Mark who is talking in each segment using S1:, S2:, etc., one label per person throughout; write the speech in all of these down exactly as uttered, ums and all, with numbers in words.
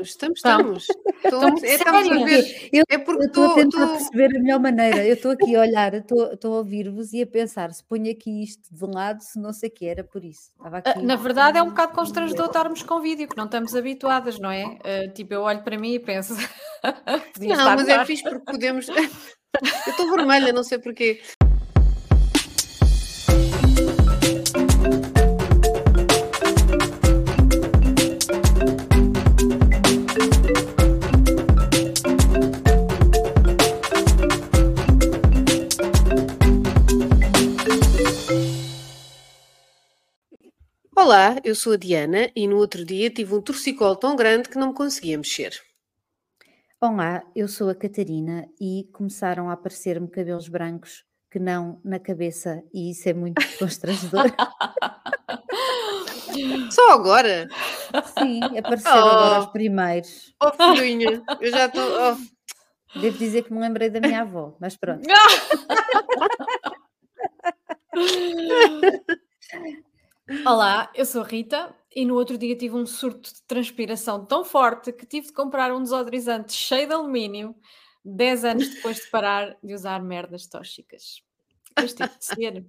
S1: estamos, estamos,
S2: Então,
S1: estamos. Estou,
S2: muito
S1: é, estamos a
S2: séria.
S1: ver.
S3: Eu
S1: É porque
S3: estou a
S1: estou.
S3: tentar
S1: estou-
S3: perceber a melhor maneira. Eu estou aqui a olhar, estou estou a ouvir-vos e a pensar, se ponho aqui isto de um lado, se não sei o que era por isso. Estava
S2: Ah,
S3: aqui.
S2: Na verdade, é um bocado constrangedor estarmos com vídeo, que não estamos habituadas, não é? Ah, tipo, eu olho para mim e penso, podia
S1: Não,
S2: estar
S1: mas é
S2: melhor.
S1: fixe porque podemos. Eu estou vermelha, não sei porquê. Olá, eu sou a Diana e no outro dia tive um torcicolo tão grande que não me conseguia mexer.
S3: Olá, eu sou a Catarina e começaram a aparecer-me cabelos brancos que não na cabeça e isso é muito constrangedor.
S1: Só agora?
S3: Sim, apareceram agora os
S1: Oh,
S3: primeiros.
S1: oh filhinha, eu já estou. Oh.
S3: Devo dizer que me lembrei da minha avó, mas pronto.
S2: Olá, eu sou a Rita e no outro dia tive um surto de transpiração tão forte que tive de comprar um desodorizante cheio de alumínio dez anos depois de parar de usar merdas tóxicas. Depois tive de ser.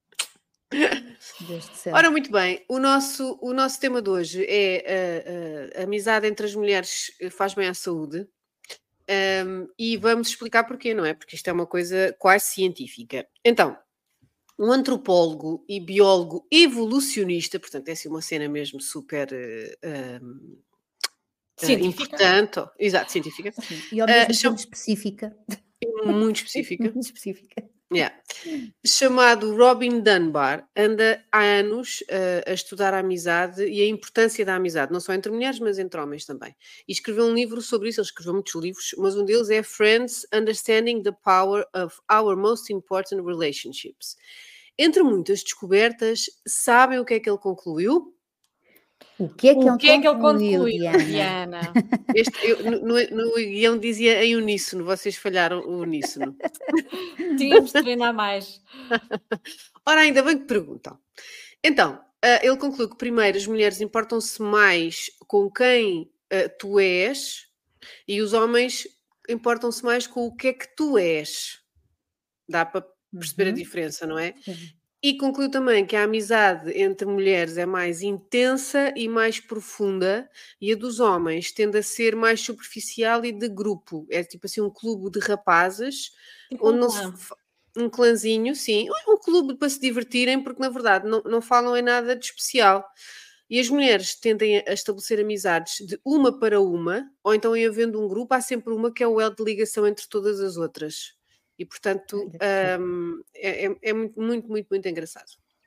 S3: Deus do céu.
S1: Ora, muito bem, o nosso, o nosso tema de hoje é a, a amizade entre as mulheres faz bem à saúde. Um, e vamos explicar porquê, não é? Porque isto é uma coisa quase científica. Então, um antropólogo e biólogo evolucionista, portanto, é assim uma cena mesmo super uh, um,
S2: Científica.
S1: importante, oh, exato, científica,
S3: Sim, e ao mesmo
S1: uh, cham-
S3: tempo específica.
S1: muito específica.
S3: Muito específica.
S1: Yeah. Chamado Robin Dunbar, anda há anos uh, a estudar a amizade e a importância da amizade, não só entre mulheres, mas entre homens também. E escreveu um livro sobre isso, ele escreveu muitos livros, mas um deles é Friends, Understanding the Power of Our Most Important Relationships. Entre muitas descobertas, sabem o que é que ele concluiu?
S3: O que é que
S2: O
S3: ele
S2: que é que ele
S3: concluiu,
S2: concluiu,
S3: Diana?
S2: Diana?
S1: Este, eu, no, no, no guião dizia em uníssono, vocês falharam o uníssono.
S2: Tínhamos de treinar mais.
S1: Ora, ainda bem que perguntam. Então, uh, ele conclui que primeiro as mulheres importam-se mais com quem uh, tu és e os homens importam-se mais com o que é que tu és. Dá para perceber
S3: Uhum.
S1: a diferença, não é?
S3: Sim.
S1: E concluiu também que a amizade entre mulheres é mais intensa e mais profunda e a dos homens tende a ser mais superficial e de grupo. É tipo assim um clube de rapazes,
S2: Tipo
S1: onde
S2: um
S1: não
S2: clã.
S1: se fa- um clãzinho, sim, um clube para se divertirem, porque na verdade não, não falam em nada de especial. E as mulheres tendem a estabelecer amizades de uma para uma, ou então em havendo um grupo, há sempre uma que é o elo de ligação entre todas as outras. E, portanto,
S3: Olha,
S1: hum, é, é- é muito, muito, muito, muito engraçado.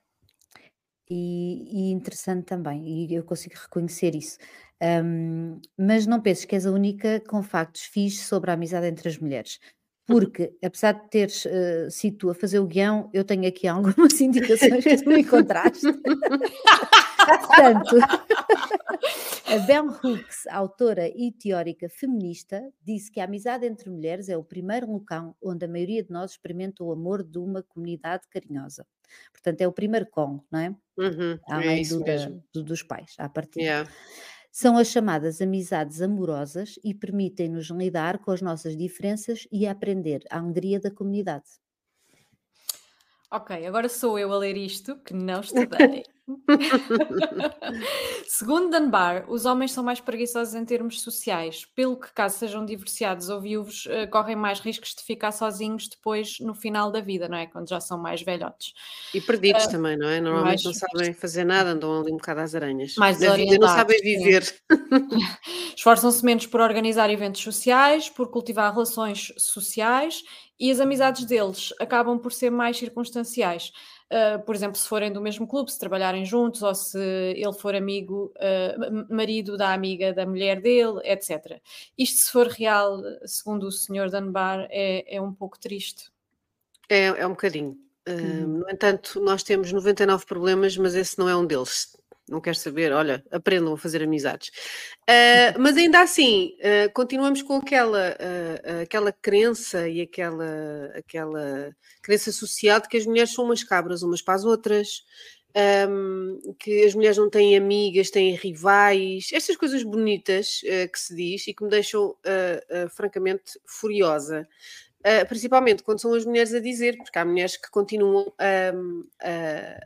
S3: E, e interessante também, e eu consigo reconhecer isso. Hum, mas não penses que és a única com factos fixes sobre a amizade entre as mulheres. Porque, apesar de teres eh, sido tu a fazer o guião, eu tenho aqui algumas indicações que tu encontraste. Portanto, a Bell Hooks, autora e teórica feminista, disse que a amizade entre mulheres é o primeiro local onde a maioria de nós experimenta o amor de uma comunidade carinhosa. Portanto, é o primeiro com, não é?
S1: Uhum, é
S3: Além
S1: isso
S3: do da-
S1: mesmo.
S3: do- dos pais, à partida.
S1: Yeah.
S3: São as chamadas amizades amorosas e permitem-nos lidar com as nossas diferenças e aprender a alegria da comunidade.
S2: Ok, agora sou eu a ler isto, que não estudei. Segundo Dunbar, os homens são mais preguiçosos em termos sociais, pelo que, caso sejam divorciados ou viúvos, eh, correm mais riscos de ficar sozinhos depois no final da vida, não é? Quando já são mais velhotes.
S1: E perdidos também, não é? Normalmente
S2: mais-
S1: não sabem fazer nada, andam ali um bocado às aranhas.
S2: Mais
S1: Na vida não sabem
S2: desorientados, sim.
S1: viver.
S2: Esforçam-se menos por organizar eventos sociais, por cultivar relações sociais e as amizades deles acabam por ser mais circunstanciais. Uh, por exemplo, se forem do mesmo clube, se trabalharem juntos ou se ele for amigo, uh, marido da amiga da mulher dele, etcétera. Isto, se for real, segundo o senhor Dunbar, é, é um pouco triste.
S1: É, é um bocadinho. Uh,
S3: Uhum.
S1: No entanto, nós temos noventa e nove problemas, mas esse não é um deles. Não quero saber, olha, aprendam a fazer amizades. Uh, mas ainda assim, uh, continuamos com aquela, uh, aquela crença e aquela, aquela crença social de que as mulheres são umas cabras umas para as outras, um, que as mulheres não têm amigas, têm rivais, estas coisas bonitas uh, que se diz e que me deixam uh, uh, francamente furiosa. Uh, principalmente quando são as mulheres a dizer, porque há mulheres que continuam um, a,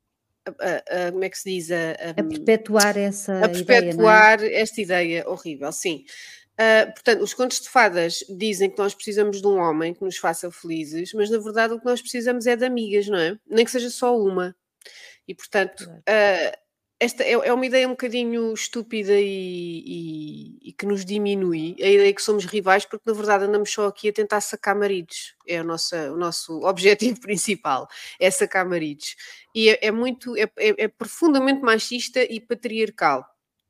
S1: a, a, como é que se diz? A,
S3: a perpetuar essa
S1: a
S3: perpetuar
S1: ideia, não é? Esta ideia horrível, sim. Uh, portanto, os contos de fadas dizem que nós precisamos de um homem que nos faça felizes, mas na verdade o que nós precisamos é de amigas, não é? Nem que seja só uma. E portanto, uh, esta é, é uma ideia um bocadinho estúpida e, e, e que nos diminui, a ideia que somos rivais, porque na verdade andamos só aqui a tentar sacar maridos, é o nosso, o nosso objetivo principal, é sacar maridos. E é, é muito, é, é, é profundamente machista e patriarcal.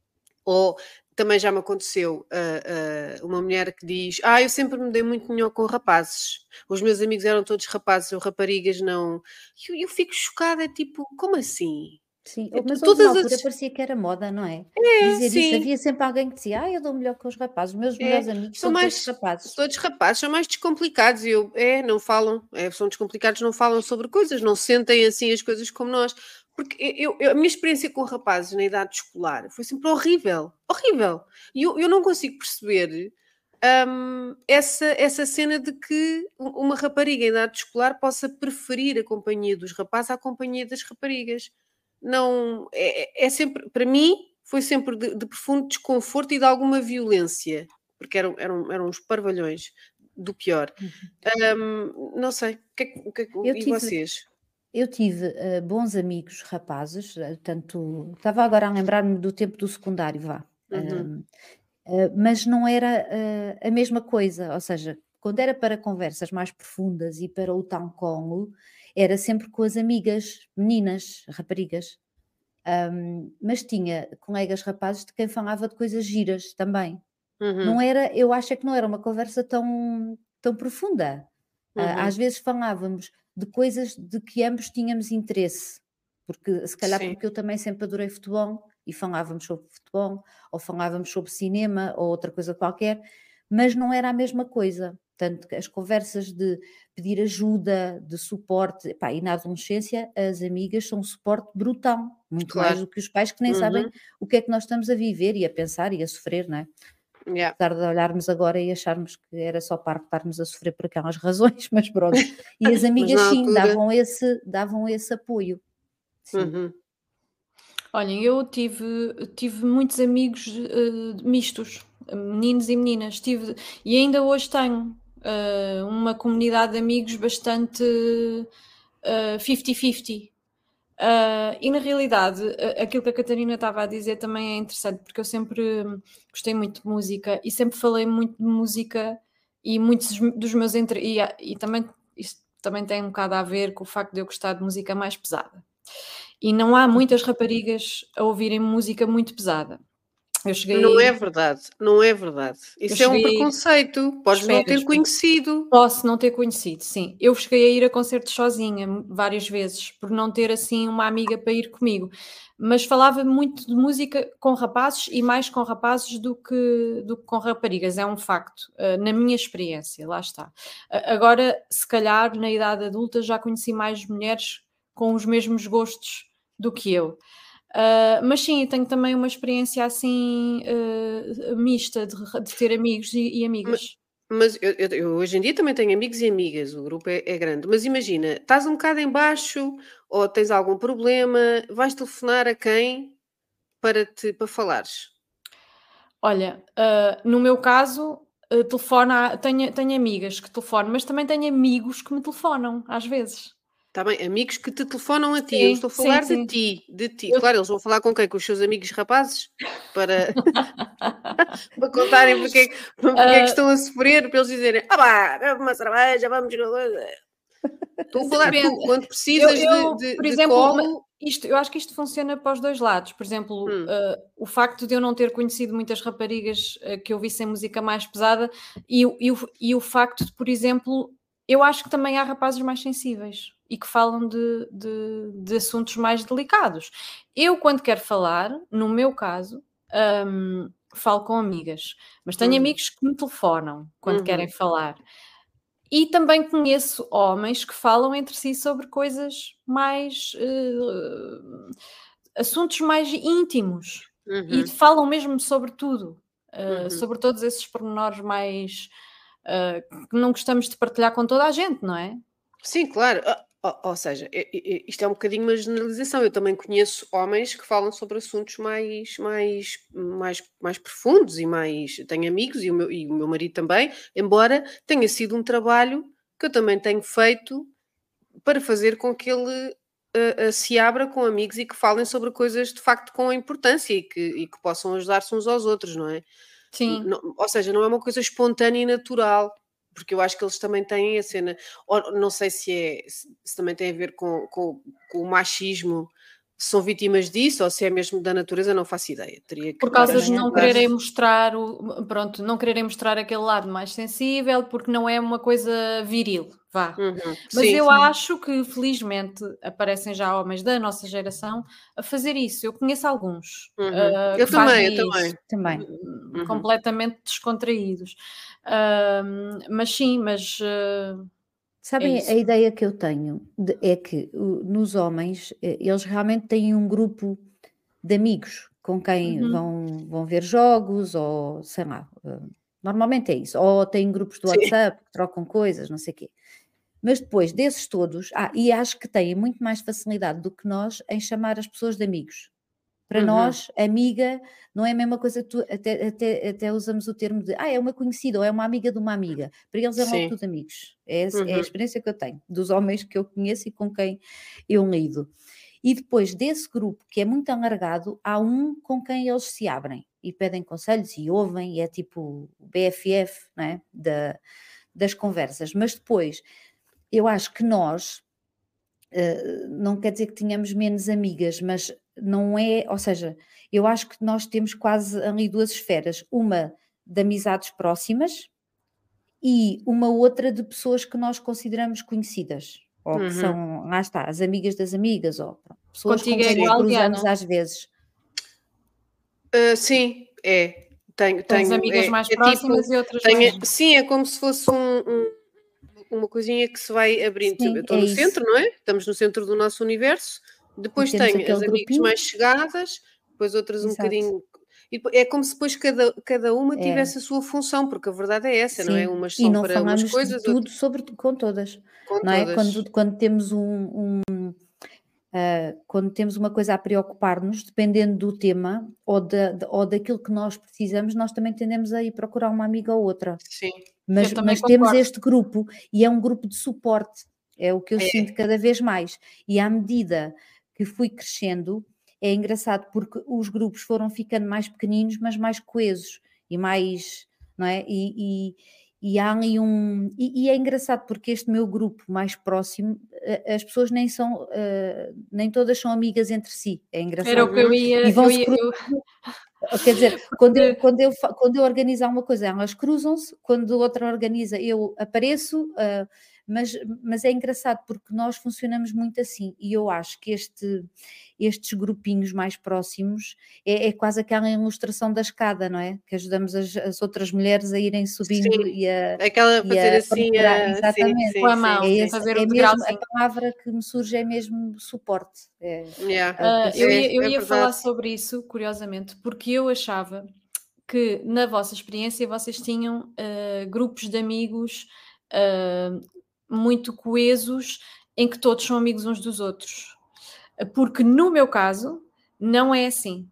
S1: Ou também já me aconteceu uh, uh, uma mulher que diz: Ah, eu sempre me dei muito melhor com rapazes. Os meus amigos eram todos rapazes, eu raparigas não. E eu, eu fico chocada, tipo, como assim?
S3: Sim,
S1: É,
S3: mas houve uma
S1: todas
S3: altura
S1: as.
S3: parecia que era moda, não é?
S1: É,
S3: Dizer isso,
S1: sim,
S3: havia sempre alguém que dizia: "Ah, eu dou melhor com os rapazes, os meus
S1: é.
S3: melhores amigos
S1: São
S3: são todos
S1: mais.
S3: rapazes".
S1: Todos rapazes são mais descomplicados. E eu, é, não falam, é, são descomplicados, não falam sobre coisas, não sentem assim as coisas como nós. Porque eu, eu- a minha experiência com rapazes na idade escolar foi sempre horrível, horrível. E eu, eu não consigo perceber hum, essa, essa cena de que u- uma rapariga em idade escolar possa preferir a companhia dos rapazes à companhia das raparigas. Não, é, é é sempre, para mim, foi sempre de, de profundo desconforto e de alguma violência, porque eram, eram, eram uns parvalhões do pior.
S3: Uhum.
S1: Hum, não sei, o que é que- o que é que-
S3: Eu
S1: e
S3: tive
S1: vocês?
S3: eu tive, hã, bons amigos rapazes, hã, tanto estava agora a lembrar-me do tempo do secundário, vá,
S1: Uhum,
S3: hã, hã, mas não era, hã, a mesma coisa, ou seja, quando era para conversas mais profundas e para o tal colo, era sempre com as amigas meninas, raparigas. Hum, mas tinha colegas rapazes de quem falava de coisas giras também. Não
S1: uhum,
S3: era, eu acho é que não era uma conversa tão, tão profunda. Ah, às
S1: uhum.
S3: vezes falávamos de coisas de que ambos tínhamos interesse, porque se calhar
S1: Sim,
S3: porque eu também sempre adorei futebol e falávamos sobre futebol, ou falávamos sobre cinema ou outra coisa qualquer, mas não era a mesma coisa. Tanto que as conversas de pedir ajuda, de suporte, epá, e na adolescência as amigas são um suporte brutal, muito mais
S1: claro.
S3: do que os pais que nem sabem
S1: Uhum,
S3: o que é que nós estamos a viver e a pensar e a sofrer, não é?
S1: yeah.
S3: Apesar de olharmos agora e acharmos que era só para estarmos a sofrer por aquelas razões, mas pronto. E as
S1: Mas
S3: amigas
S1: na
S3: sim,
S1: altura.
S3: davam esse davam esse apoio. Sim.
S1: Uhum,
S2: Olhem, eu tive, tive muitos amigos eh, mistos, meninos e meninas, tive, e ainda hoje tenho eh, uma comunidade de amigos bastante eh, cinquenta cinquenta. Ah, e na realidade, a- aquilo que a Catarina estava a dizer também é interessante, porque eu sempre hum, gostei muito de música e sempre falei muito de música e muitos dos dos meus entre... e, há- e também isto também tem um bocado a ver com o facto de eu gostar de música mais pesada. E não há muitas raparigas a ouvirem música muito pesada. Eu cheguei
S1: não
S2: a
S1: é
S2: ir,
S1: verdade, não é verdade.
S2: eu
S1: Isso é um
S2: cheguei a ir,
S1: preconceito, podes não
S2: espera,
S1: ter
S2: espera.
S1: conhecido.
S2: Posso não ter conhecido, sim. Eu cheguei a ir a concertos sozinha m- várias vezes, por não ter assim uma amiga para ir comigo. Mas falava muito de música com rapazes e mais com rapazes do que, do que com raparigas, é um facto, eh, na minha experiência, lá está. A- Agora, se calhar, na idade adulta, já conheci mais mulheres com os mesmos gostos do que eu. Ah, mas sim, eu tenho também uma experiência assim eh, mista de, de ter amigos e, e
S1: Ma
S2: amigas.
S1: mas eu eu eu hoje em dia também tenho amigos e amigas, o grupo é é grande, mas imagina, estás um bocado em baixo ou tens algum problema, vais telefonar a quem para te para falares?
S2: Olha, ah, no meu caso, ah, telefona tenho tenho amigas que telefonam, mas também tenho amigos que me telefonam, às vezes.
S1: Está bem, amigos que te telefonam a ti, eu estou
S2: Sim,
S1: a
S2: sim,
S1: falar de
S2: sim.
S1: ti, de ti.
S2: Eu
S1: Claro, eles vão falar com quem? Com os seus amigos rapazes? Para para contarem porque é que porque é que
S2: Ah,
S1: estão a sofrer, para eles dizerem: "Ah pá, bebe uma cerveja, vamos". Estou a falar
S2: depende.
S1: tu, quando
S2: Eu
S1: precisas de
S2: eu,
S1: de
S2: por
S1: de
S2: exemplo, ma
S1: colo.
S2: isto eu acho que isto funciona para os dois lados. Por exemplo,
S1: Hum,
S2: ah, o facto de eu não ter conhecido muitas raparigas, ah, que ouvissem música mais pesada e o e o e o facto de, por exemplo, eu acho que também há rapazes mais sensíveis e que falam de de de assuntos mais delicados. Eu, quando quero falar, no meu caso, hum, falo com amigas, mas tenho
S1: uhum,
S2: amigos que me telefonam quando querem
S1: uhum.
S2: falar. E também conheço homens que falam entre si sobre coisas mais... Uh, assuntos mais íntimos. Uhum. E falam mesmo sobre tudo. Uh, uhum. Sobre todos esses pormenores mais... Uh, que não gostamos de partilhar com toda a gente, não é?
S1: Sim, claro. Ou, ou seja, isto é um bocadinho uma generalização. Eu também conheço homens que falam sobre assuntos mais, mais, mais, mais profundos e mais... Tenho amigos e o, meu, e o meu marido também, embora tenha sido um trabalho que eu também tenho feito para fazer com que ele uh, uh, se abra com amigos e que falem sobre coisas de facto com importância e que, e que possam ajudar-se uns aos outros, não é?
S2: Sim.
S1: Não, ou seja, não é uma coisa espontânea e natural, porque eu acho que eles também têm a cena, ou, não sei se, é, se também tem a ver com, com, com o machismo, se são vítimas disso ou se é mesmo da natureza, não faço ideia. Teria que
S2: Por causa de não quererem mostrar o, pronto, não quererem mostrar aquele lado mais sensível, porque não é uma coisa viril, vá.
S1: Uhum,
S2: Mas
S1: sim,
S2: eu
S1: sim.
S2: acho que felizmente aparecem já homens da nossa geração a fazer isso. Eu conheço alguns.
S1: Uhum.
S2: Uh,
S1: eu
S2: que
S1: também, eu
S2: isso,
S1: também.
S2: Uhum. Completamente descontraídos. Uh, mas sim, mas... Uh,
S3: Sabem,
S2: é
S3: a ideia que eu tenho de, é que uh, nos homens, eles realmente têm um grupo de amigos com quem
S2: uhum.
S3: vão, vão ver jogos ou, sei lá, uh, normalmente é isso. Ou têm grupos do
S1: Sim.
S3: WhatsApp que trocam coisas, não sei o quê. Mas depois desses todos, ah, e acho que têm muito mais facilidade do que nós em chamar as pessoas de amigos. Para
S1: uhum.
S3: nós, amiga, não é a mesma coisa que tu, até, até, até usamos o termo de, ah, é uma conhecida ou é uma amiga de uma amiga. Para eles é logo
S1: Sim.
S3: tudo amigos. É,
S1: Uhum.
S3: é a experiência que eu tenho, dos homens que eu conheço e com quem eu lido. E depois desse grupo, que é muito alargado, há um com quem eles se abrem e pedem conselhos e ouvem, e é tipo o B F F, não é? Da, das conversas. Mas depois, eu acho que nós, uh, não quer dizer que tenhamos menos amigas, mas não é, ou seja, eu acho que nós temos quase ali duas esferas, uma de amizades próximas e uma outra de pessoas que nós consideramos conhecidas, ou
S1: Uhum.
S3: que são, lá está, as amigas das amigas, ou pessoas
S2: Contigo
S3: com quem
S2: é igual,
S3: cruzamos
S2: Diana?
S3: às vezes.
S1: Uh, sim, é. Tenho,
S2: Tens
S1: tenho,
S2: amigas
S1: é,
S2: mais
S1: é
S2: próximas
S1: tipo,
S2: e outras
S1: tenho,
S2: mais...
S1: sim, é como se fosse um, um, uma coisinha que se vai abrindo.
S3: Sim,
S1: Eu estou
S3: é
S1: no
S3: isso.
S1: centro, não é? Estamos no centro do nosso universo. Depois
S3: temos
S1: tenho
S3: aquele
S1: as amigas
S3: grupinho.
S1: mais chegadas, depois outras um
S3: Exato.
S1: bocadinho. E depois- é como se depois cada, cada uma
S3: É.
S1: tivesse a sua função, porque a verdade é essa, não é?
S3: Sim,
S1: Umas
S3: e
S1: são
S3: não
S1: para umas
S3: falamos de
S1: coisas,
S3: tudo
S1: outras
S3: sobre com todas,
S1: com
S3: não é?
S1: todas.
S3: Quando, quando temos um, um uh, quando temos uma coisa a preocupar-nos, dependendo do tema ou, da, de- ou daquilo que nós precisamos, nós também tendemos a ir procurar uma amiga ou outra.
S1: Sim.
S3: Mas,
S2: Eu também
S3: mas temos
S2: concordo.
S3: este grupo e é um grupo de suporte, é o que eu
S1: É.
S3: sinto cada vez mais. E à medida que fui crescendo, é engraçado porque os grupos foram ficando mais pequeninos, mas mais coesos e mais, não é? E, e, e há ali um. E, e é engraçado porque este meu grupo mais próximo, a- as pessoas nem são, eh, nem todas são amigas entre si. É engraçado.
S2: Era o que eu
S1: Uhum.
S2: ia...
S3: E
S2: Eu
S3: vão-se
S2: ia
S3: cruzando.
S2: eu...
S3: Quer dizer, quando eu,
S2: Porque-
S3: quando, eu, fa- quando eu organizo alguma coisa, elas cruzam-se, quando outra organiza, eu apareço, ah, mas, mas é engraçado porque nós funcionamos muito assim e eu acho que este, estes grupinhos mais próximos é, é quase aquela ilustração da escada, não é? Que ajudamos as, as outras mulheres a irem subindo
S1: Sim.
S3: e a,
S1: Aquela
S3: e
S1: fazer
S3: a
S1: assim,
S3: procurar.
S1: a... sim,
S3: Exatamente.
S1: sim,
S2: Com a
S1: sim,
S2: mão,
S3: É,
S1: sim.
S3: esse,
S2: fazer
S3: é
S2: o
S3: mesmo a
S2: degrauzinho.
S3: palavra que me surge, é mesmo suporte. É,
S1: Yeah.
S3: é o que eu
S2: Ah, eu
S3: sinto.
S2: ia, eu
S1: É, é
S2: ia falar
S1: verdade.
S2: sobre isso, curiosamente, porque eu achava que na vossa experiência vocês tinham ah, grupos de amigos ah, muito coesos em que todos são amigos uns dos outros. Ah, Porque no meu caso não é assim.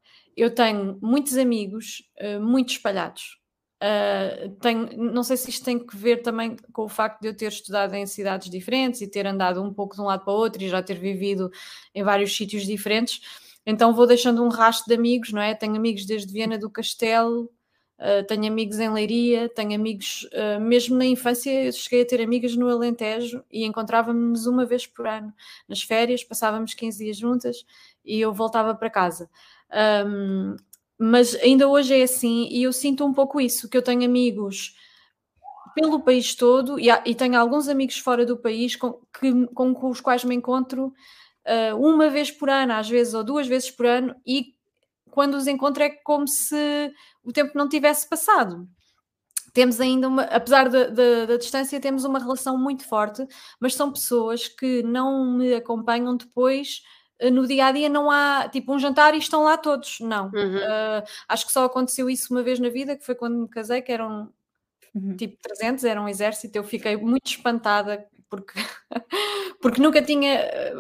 S2: Eu tenho muitos amigos ah, muito espalhados. Ah, tenho, não sei se isto tem que ver também com o facto de eu ter estudado em cidades diferentes e ter andado um pouco de um lado para o outro e já ter vivido em vários sítios diferentes, então vou deixando um rastro de amigos, não é? Tenho amigos desde Viana do Castelo, uh, tenho amigos em Leiria, tenho amigos, uh, mesmo na infância eu cheguei a ter amigas no Alentejo e encontrávamos-nos uma vez por ano nas férias, passávamos quinze dias juntas e eu voltava para casa. Um, mas ainda hoje é assim e eu sinto um pouco isso, que eu tenho amigos pelo país todo e, há, e tenho alguns amigos fora do país com, que, com os quais me encontro uh, uma vez por ano, às vezes, ou duas vezes por ano, e quando os encontro é como se o tempo não tivesse passado. temos ainda uma, apesar da, da, da distância, temos uma relação muito forte, mas são pessoas que não me acompanham depois, eh, no dia a dia não há tipo um jantar e estão lá todos, não.
S1: Uhum.
S2: Uh, acho que só aconteceu isso uma vez na vida, que foi quando me casei, que eram
S3: Uhum.
S2: tipo trezentos, era um exército, eu fiquei muito espantada porque, porque nunca tinha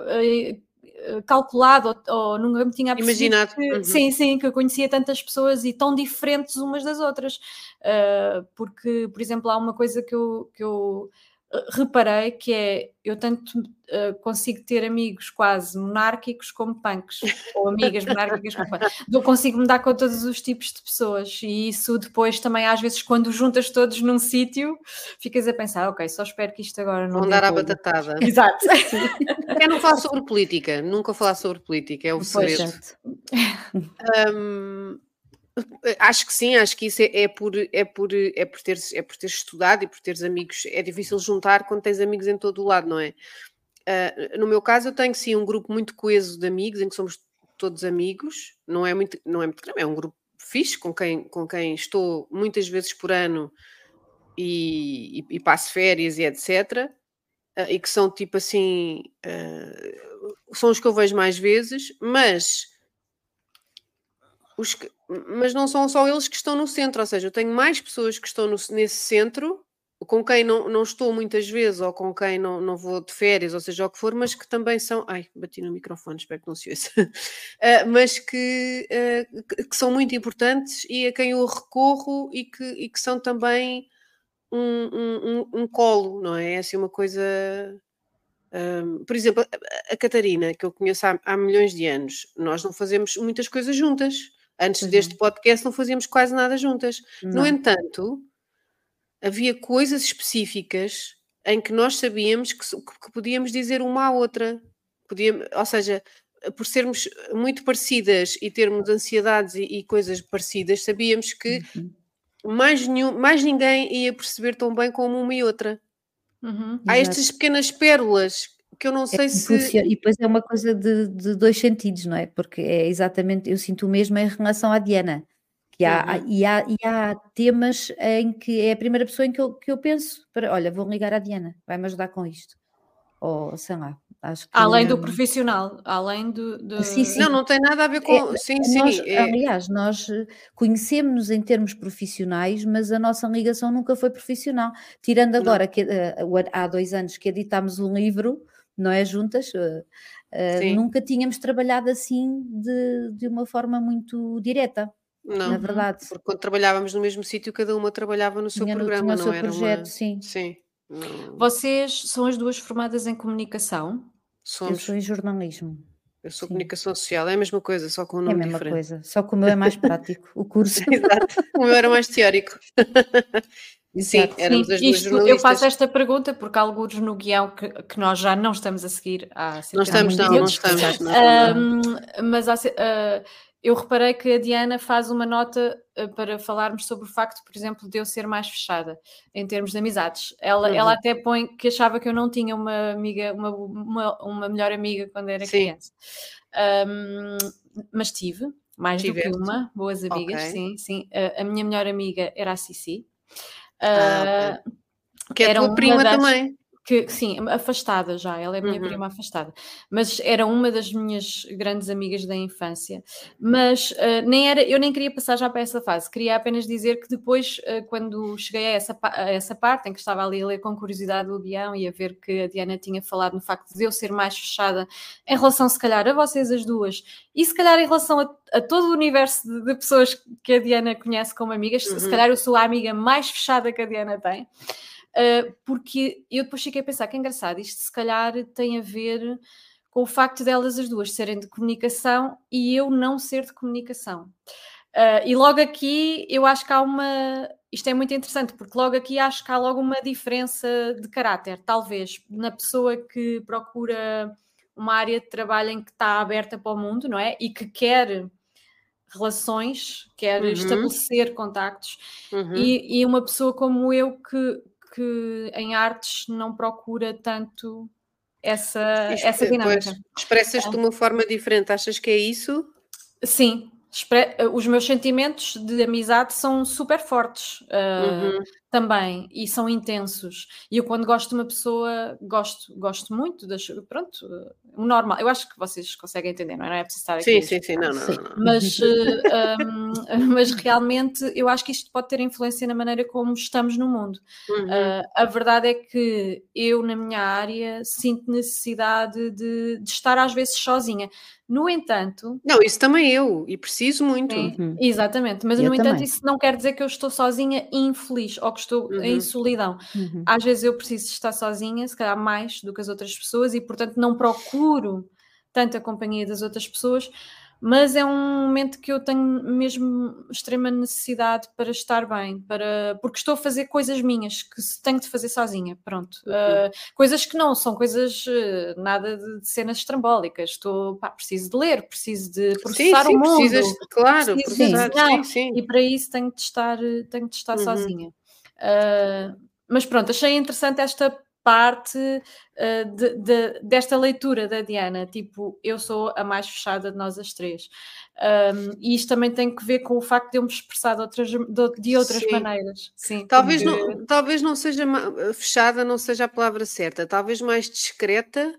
S2: uh, uh, calculado ou, ou nunca me tinha percebido
S1: Imaginado.
S2: que,
S1: Uhum.
S2: sim, sim, que eu conhecia tantas pessoas e tão diferentes umas das outras. Uh, porque, por exemplo, há uma coisa que eu, que eu uh, reparei, que é, eu tanto uh, consigo ter amigos quase monárquicos como punks, ou amigas monárquicas como punks. Eu consigo me dar com todos os tipos de pessoas, e isso depois também às vezes quando juntas todos num sítio, ficas a pensar, ok, só espero que isto agora não
S1: Vão
S2: dê
S1: dar à
S2: rolo.
S1: batatada.
S2: Exato.
S1: Quer não falar sobre política, nunca falar sobre política, é o
S2: Pois.
S1: segredo.
S3: Exato.
S1: Hum, acho que sim, acho que isso é, é por, é, por, é, por teres, é por teres estudado e por teres amigos. É difícil juntar quando tens amigos em todo o lado, não é? Uh, no meu caso, eu tenho sim um grupo muito coeso de amigos, em que somos todos amigos, não é muito, não é muito grande, é um grupo fixe, com quem, com quem estou muitas vezes por ano e, e, e passo férias e etcétera. Uh, e que são tipo assim, uh, são os que eu vejo mais vezes, mas os que, mas não são só eles que estão no centro, ou seja, eu tenho mais pessoas que estão no, nesse centro, com quem não, não estou muitas vezes, ou com quem não, não vou de férias, ou seja, o que for, mas que também são, ai, bati no microfone, espero que não se ouça, uh, mas que, uh, que, que são muito importantes e a quem eu recorro e que, e que são também um, um, um, um colo, não é? É assim uma coisa... Um, por exemplo, a, a Catarina, que eu conheço há, há milhões de anos, nós não fazemos muitas coisas juntas. Antes
S3: Pois
S1: deste
S3: não.
S1: podcast não fazíamos quase nada juntas. No
S3: Não.
S1: entanto, havia coisas específicas em que nós sabíamos que, que podíamos dizer uma à outra. Podíamos, ou seja, por sermos muito parecidas e termos ansiedades e, e coisas parecidas, sabíamos que
S3: Uhum.
S1: mais, nenhum, mais ninguém ia perceber tão bem como uma e outra.
S2: Uhum.
S1: Há
S3: Exato.
S1: estas pequenas pérolas que eu não
S3: É,
S1: sei
S3: e
S1: se...
S3: funciona- e depois é uma coisa de, de dois sentidos, não é? Porque é exatamente, eu sinto o mesmo em relação à Diana. Que há, há-
S1: Uhum.
S3: e, há, e há temas em que é a primeira pessoa em que eu, que eu penso para, olha, vou ligar à Diana, vai-me ajudar com isto. Ou sei lá, acho que.
S2: Além do
S3: hum,
S2: profissional, além do... do-
S3: Sim, sim.
S1: Não, não tem nada a ver
S3: É,
S1: com... Sim,
S3: nós,
S1: sim. É...
S3: aliás, nós eh, conhecemos-nos em termos profissionais, mas a nossa ligação nunca foi profissional. Tirando
S1: Não,
S3: agora que eh, o an- há dois anos que editámos um livro, não é? Juntas, eh, eh,
S1: sim.
S3: nunca tínhamos trabalhado assim de, de uma forma muito direta, na
S1: Não.
S2: Uhum.
S3: verdade.
S1: Porque quando trabalhávamos no mesmo sítio, cada uma trabalhava no seu
S3: Tinha, no- tinha
S1: programa,
S3: o
S1: não
S3: seu
S1: era
S3: projeto,
S1: uma...
S3: sim.
S1: Sim. Não...
S2: Vocês são as duas formadas em comunicação?
S3: Eu sou
S1: Somos...
S3: em jornalismo,
S1: Eu sou
S3: sim.
S1: comunicação social, é a mesma coisa, só com um
S3: É a
S1: nome
S3: mesma
S1: diferente.
S3: coisa, só que o meu é mais prático, o curso.
S1: Exato. O meu era mais teórico. Sim,
S3: Exato.
S1: éramos
S2: Sim,
S1: as duas
S2: isto, eu faço
S1: jornalistas.
S2: esta pergunta porque há alguns no guião que, que nós já não estamos a seguir há
S1: Não
S2: cerca de
S1: estamos,
S2: vinte
S1: não, não
S2: minutos.
S1: estamos.
S3: Exato.
S1: Não, não, não.
S2: Ahm, mas há ce- ah, eu reparei que a Diana faz uma nota ah, para falarmos sobre o facto, por exemplo, de eu ser mais fechada em termos de amizades. Ela, ela
S1: Uhum.
S2: até põe que achava que eu não tinha uma amiga, uma, uma, uma melhor amiga quando era
S1: Sim,
S2: criança. Ahm, mas tive, mais do que
S1: tiveste.
S2: uma, boas amigas,
S1: Ok.
S2: sim, sim. Ah, a minha melhor amiga era a Cici.
S1: Ah, ok.
S2: Ah,
S1: Que é a
S2: era
S1: tua
S2: uma
S1: prima
S2: das
S1: também.
S2: que sim, afastada já, ela é a minha
S1: Uhum.
S2: prima afastada, mas era uma das minhas grandes amigas da infância, mas ah, nem era, eu nem queria passar já para essa fase, queria apenas dizer que depois, ah, quando cheguei a essa, pa- a essa parte em que estava ali a ler com curiosidade o guião e a ver que a Diana tinha falado no facto de eu ser mais fechada em relação se calhar a vocês as duas, e se calhar em relação a, a todo o universo de, de pessoas que a Diana conhece como amigas, se- se
S1: Uhum.
S2: calhar eu sou a amiga mais fechada que a Diana tem. Uh, porque eu depois fiquei a pensar que é engraçado, isto se calhar tem a ver com o facto delas as duas serem de comunicação e eu não ser de comunicação. Uh, e logo aqui eu acho que há uma. Isto é muito interessante, porque logo aqui acho que há logo uma diferença de caráter, talvez, na pessoa que procura uma área de trabalho em que está aberta para o mundo, não é? E que quer relações, quer
S1: Uhum.
S2: estabelecer contactos,
S1: Uhum.
S2: e, e uma pessoa como eu que, que em artes não procura tanto essa,
S1: Isto,
S2: essa
S1: eh, pois,
S2: dinâmica.
S1: expressas de uma forma diferente. Achas que é isso?
S2: Sim, Espre- Os meus sentimentos de amizade são super fortes uh,
S1: Uhum.
S2: também e são intensos. E eu, quando gosto de uma pessoa, gosto, gosto muito das. Pronto, uh, o normal. Eu acho que vocês conseguem entender, não é? Não é preciso estar aqui.
S1: Sim,
S2: a
S1: sim, sim, não, não,
S3: Sim.
S1: não, não.
S2: Mas, uh, um, mas realmente eu acho que isto pode ter influência na maneira como estamos no mundo.
S1: Uhum.
S2: Uh, a verdade é que eu, na minha área, sinto necessidade de, de estar às vezes sozinha. No entanto,
S1: Não, isso também eu, e preciso muito.
S2: sim,
S3: Uhum.
S2: exatamente, mas
S3: Eu
S2: no entanto
S3: também.
S2: isso não quer dizer que eu estou sozinha e infeliz ou que estou em
S1: Uhum.
S2: solidão.
S3: Uhum.
S2: Às vezes eu preciso estar sozinha, se calhar mais do que as outras pessoas, e portanto não procuro tanto a companhia das outras pessoas, mas é um momento que eu tenho mesmo extrema necessidade para estar bem, para... porque estou a fazer coisas minhas que se- tenho de fazer sozinha, pronto.
S1: Uhum.
S2: Uh, coisas que não, são coisas uh, nada de, de cenas estrambólicas. Estou, pá, preciso de ler, preciso de
S1: Sim,
S2: processar
S1: sim,
S2: o mundo,
S1: precisas, claro,
S2: preciso de
S1: processar,
S2: desenhar,
S1: sim, sim.
S2: e para isso tenho de estar, uh, tenho de estar
S1: Uhum.
S2: sozinha. Uh, mas pronto, achei interessante esta parte uh, de, de- desta leitura da Diana, tipo, eu sou a mais fechada de nós as três. Um, e isto também tem que ver com o facto de eu me expressar de outras, de, de outras
S1: Sim.
S2: maneiras. Sim,
S1: Talvez
S2: porque-
S1: não, talvez não seja ma- fechada, não seja a palavra certa, talvez mais discreta,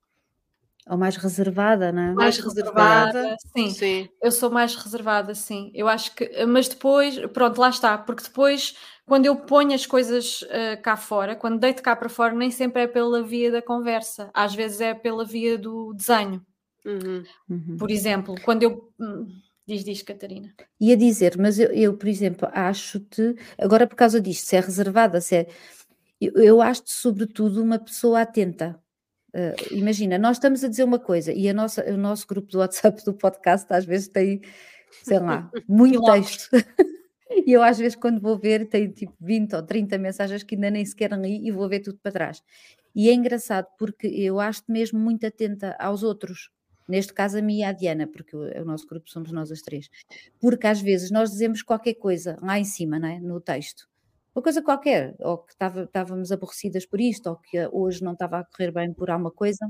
S3: Ou mais reservada, não é?
S1: mais
S2: mais
S1: reservada.
S2: reservada, sim.
S1: Sim.
S2: Eu sou mais reservada, sim. Eu acho que, mas depois, pronto, lá está, porque depois, quando eu ponho as coisas uh, cá fora, quando deito cá para fora, nem sempre é pela via da conversa, às vezes é pela via do desenho.
S1: Uhum.
S3: Uhum.
S2: Por exemplo, quando eu. hum, Diz, diz, Catarina.
S3: Ia dizer, mas eu, eu, por exemplo, acho-te, agora por causa disto, se é reservada, se é. Eu, eu acho-te, sobretudo, uma pessoa atenta. Uh, imagina, nós estamos a dizer uma coisa e a nossa, o nosso grupo do WhatsApp do podcast às vezes tem, sei lá, muito
S2: Quilómetros.
S3: texto. E eu às vezes quando vou ver tenho tipo vinte ou trinta mensagens que ainda nem sequer li e vou ver tudo para trás. E é engraçado porque eu acho-te mesmo muito atenta aos outros. Neste caso a mim e à Diana, porque o, o nosso grupo somos nós as três. Porque às vezes nós dizemos qualquer coisa lá em cima, não é? No texto. Uma coisa qualquer, ou que estava- estávamos aborrecidas por isto, ou que hoje não estava a correr bem por alguma coisa.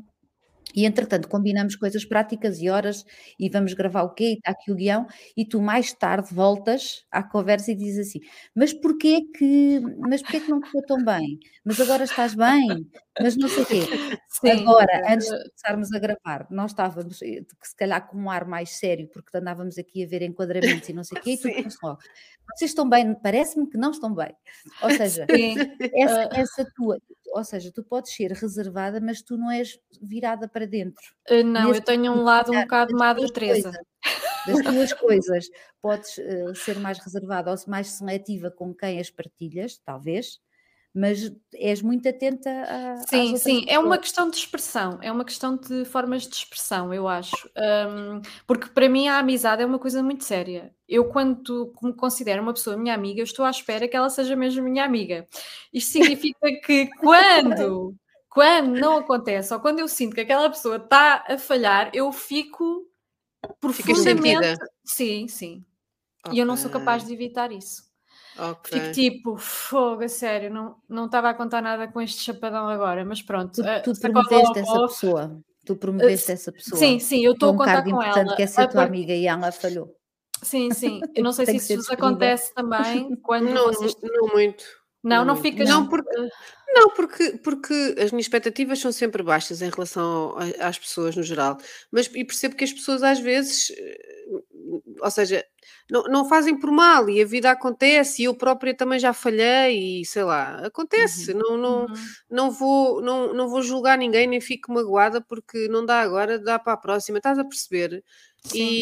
S3: E entretanto combinamos coisas práticas e horas e vamos gravar o quê? E está aqui o guião e tu mais tarde voltas à conversa e dizes assim: "Mas porquê que mas porquê que não correu tão bem? Mas agora estás bem? Mas não sei o quê".
S2: Sim.
S3: Agora, antes de começarmos a gravar, nós estávamos, eh, se calhar com um ar mais sério, porque andávamos aqui a ver enquadramentos e não sei o quê, e tu
S1: Sim.
S3: disseste logo: "Vocês estão bem? Parece-me que não estão bem". Ou seja,
S2: Sim.
S3: essa
S2: Ah,
S3: essa tua ou seja, tu podes ser reservada, mas tu não és virada para dentro.
S2: ah, não,
S3: Nesse
S2: eu tenho um
S3: sentido,
S2: lado um
S3: calhar,
S2: bocado
S3: das
S2: Madre
S3: tuas
S2: Teresa.
S3: coisas das tuas coisas, podes, eh, ser mais reservada ou mais seletiva com quem as partilhas, talvez, mas és muito atenta a às
S2: Sim,
S3: outras
S2: sim, é uma
S3: pessoas.
S2: questão de expressão, é uma questão de formas de expressão, eu acho. Hum, porque para mim a amizade é uma coisa muito séria. Eu, quando me considero uma pessoa minha amiga, eu estou à espera que ela seja mesmo minha amiga. Isto significa que quando, quando não acontece, ou quando eu sinto que aquela pessoa está a falhar, eu fico
S1: Ficas
S2: profundamente.
S1: sentida.
S2: Sim, sim. E eu não sou capaz
S1: Ok,
S2: de evitar isso. Fico
S1: ok.
S2: tipo, fogo, a sério, não não estava a contar nada com este chapadão agora, mas pronto,
S3: Tu
S2: ah,
S3: tu promoveste essa
S2: sacodou.
S3: pessoa, tu
S2: Ah,
S3: promoveste
S2: s
S3: essa
S2: sim,
S3: pessoa
S2: sim, eu
S3: para
S2: estou a
S3: um
S2: contar
S3: cargo
S2: com
S3: importante
S2: ela
S3: que é ser
S2: a
S3: tua
S2: par
S3: amiga e ela falhou.
S2: sim, sim, eu não sei se
S3: Tem que
S2: isso
S3: ser
S2: vos
S3: despedida.
S2: acontece também quando
S1: Não,
S2: vocês
S1: não muito,
S2: não,
S1: não
S2: não
S1: muito.
S2: ficas
S1: Não,
S3: Não.
S1: porque não, porque porque as minhas expectativas são sempre baixas em relação ao a às pessoas no geral, mas e percebo que as pessoas às vezes, eh, ou seja, não não fazem por mal e a vida acontece e eu própria também já falhei e sei lá, acontece,
S3: Uhum.
S1: não não
S2: uhum,
S1: não vou não não vou julgar ninguém nem fico magoada porque não dá agora, dá para a próxima, estás a perceber?
S2: sim,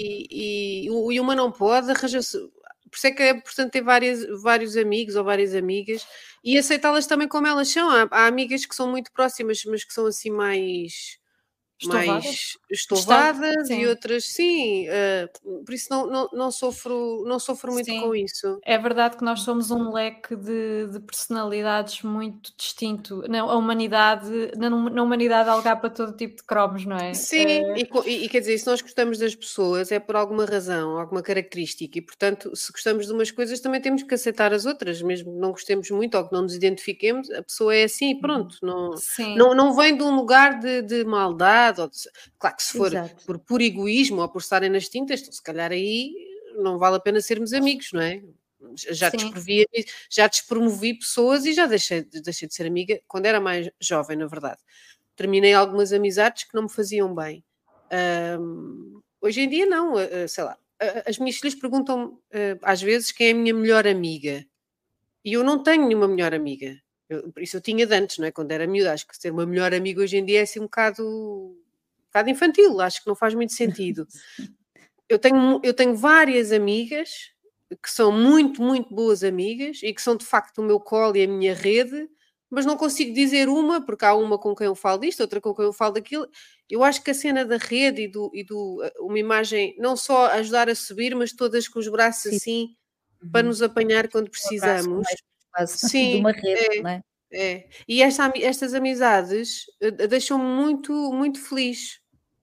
S1: E e o e uma não pode, arranja-se por isso é que é importante ter várias vários amigos ou várias amigas e aceitá-las também como elas são. Há há amigas que são muito próximas, mas que são assim mais
S2: estouvadas?
S1: mais
S2: Distantes?
S1: estouvadas e
S2: Sim,
S1: outras sim, hã, por isso não não não sofro não sofro muito
S2: sim.
S1: com isso.
S2: É verdade que nós somos um leque de de personalidades muito distinto. Não, a humanidade na na humanidade há lugar para todo tipo de cromos, não é?
S1: Sim, e co e e quer dizer, se nós gostamos das pessoas é por alguma razão, alguma característica e, portanto, se gostamos de umas coisas também temos que aceitar as outras, mesmo que não gostemos muito ou que não nos identifiquemos, a pessoa é assim e
S2: Uhum.
S1: pronto, não
S2: Sim.
S1: não não vem de um lugar de de maldade amizade. Ou de, claro que se for
S3: Exato.
S1: por puro egoísmo ou por estarem nas tintas, então, se calhar aí não vale a pena sermos amigos, não é? Já desprovi, já despromovi pessoas e já deixei, deixei de ser amiga quando era mais jovem, na verdade. Terminei algumas amizades que não me faziam bem. Um, hoje em dia não, uh, sei lá. Uh, as minhas filhas perguntam uh, às vezes quem é a minha melhor amiga. E eu não tenho nenhuma melhor amiga. Eu, por isso eu tinha de antes, não é? Quando era miúda. Acho que ser uma melhor amiga hoje em dia é assim um bocado, um bocado infantil. Acho que não faz muito sentido. eu, tenho, eu tenho várias amigas que são muito, muito boas amigas e que são de facto o meu colo e a minha rede, mas não consigo dizer uma, porque há uma com quem eu falo disto, outra com quem eu falo daquilo. Eu acho que a cena da rede e do, e do uma imagem, não só ajudar a subir, mas todas com os braços
S3: Sim.
S1: assim,
S3: Uhum.
S1: para nos apanhar quando
S3: Um abraço
S1: precisamos.
S3: mais quase
S1: Sim,
S3: de uma rede,
S1: é,
S3: não é?
S1: é. E esta, estas amizades uh, deixam-me muito, muito feliz.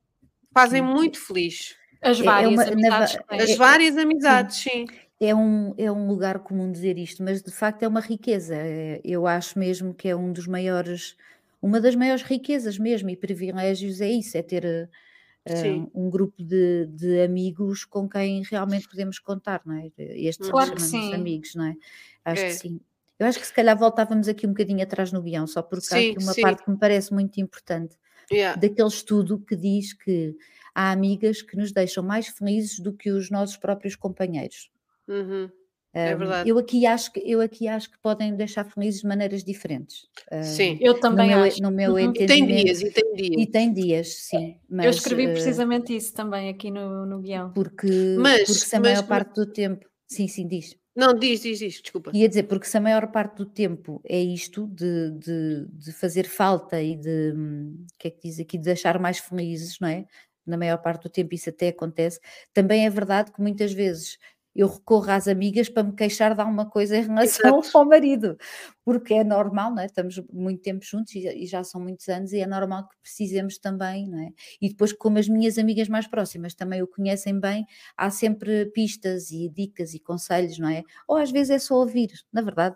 S1: Fazem
S3: Sim.
S1: muito feliz.
S2: As
S3: É- é
S2: várias
S3: uma-
S2: amizades
S3: na-
S2: que
S1: As
S2: tens.
S1: várias
S3: sim.
S1: amizades, sim.
S3: É um, é um lugar comum dizer isto, mas de facto é uma riqueza. É- Eu acho mesmo que é um dos maiores, uma das maiores riquezas mesmo e privilégios é isso, é ter eh,
S1: Sim.
S3: um grupo de, de amigos com quem realmente podemos contar, não é? Estes
S1: Uhum.
S3: que
S2: Claro que
S3: chamamos
S2: sim.
S3: amigos, não é? Acho que
S1: É.
S3: sim. Eu acho que se calhar voltávamos aqui um bocadinho atrás no guião, só porque há
S1: Sim,
S3: aqui uma
S1: sim.
S3: parte que me parece muito importante
S1: Yeah.
S3: daquele estudo que diz que há amigas que nos deixam mais felizes do que os nossos próprios companheiros.
S1: Uhum. É
S3: Um,
S1: verdade.
S3: eu aqui acho que eu aqui acho que podem deixar felizes de maneiras diferentes.
S1: Sim.
S3: Um,
S2: Eu
S3: no
S2: também
S3: meu,
S2: acho.
S3: no meu
S2: Uhum.
S1: E tem
S3: entendimento,
S1: dias, e tem
S3: e
S1: dias.
S3: tem dias, sim,
S2: Eu
S3: mas
S2: escrevi
S3: uh,
S2: precisamente isso também aqui no, no guião.
S3: porque,
S1: Mas,
S3: porque se a
S1: mas,
S3: maior parte do tempo, sim, sim, diz.
S1: não, diz, diz, diz, desculpa.
S3: Ia dizer, porque se a maior parte do tempo é isto de, de, de fazer falta e de, hum, o que é que diz aqui, de deixar mais felizes, não é? Na maior parte do tempo isso até acontece. Também é verdade que muitas vezes eu recorro às amigas para me queixar de alguma coisa em relação
S1: Exato.
S3: ao marido, porque é normal, não é? Estamos muito tempo juntos e, e já são muitos anos e é normal que precisemos também, não é? E depois, como as minhas amigas mais próximas também o conhecem bem, há sempre pistas e dicas e conselhos, não é? Ou às vezes é só ouvir, na verdade.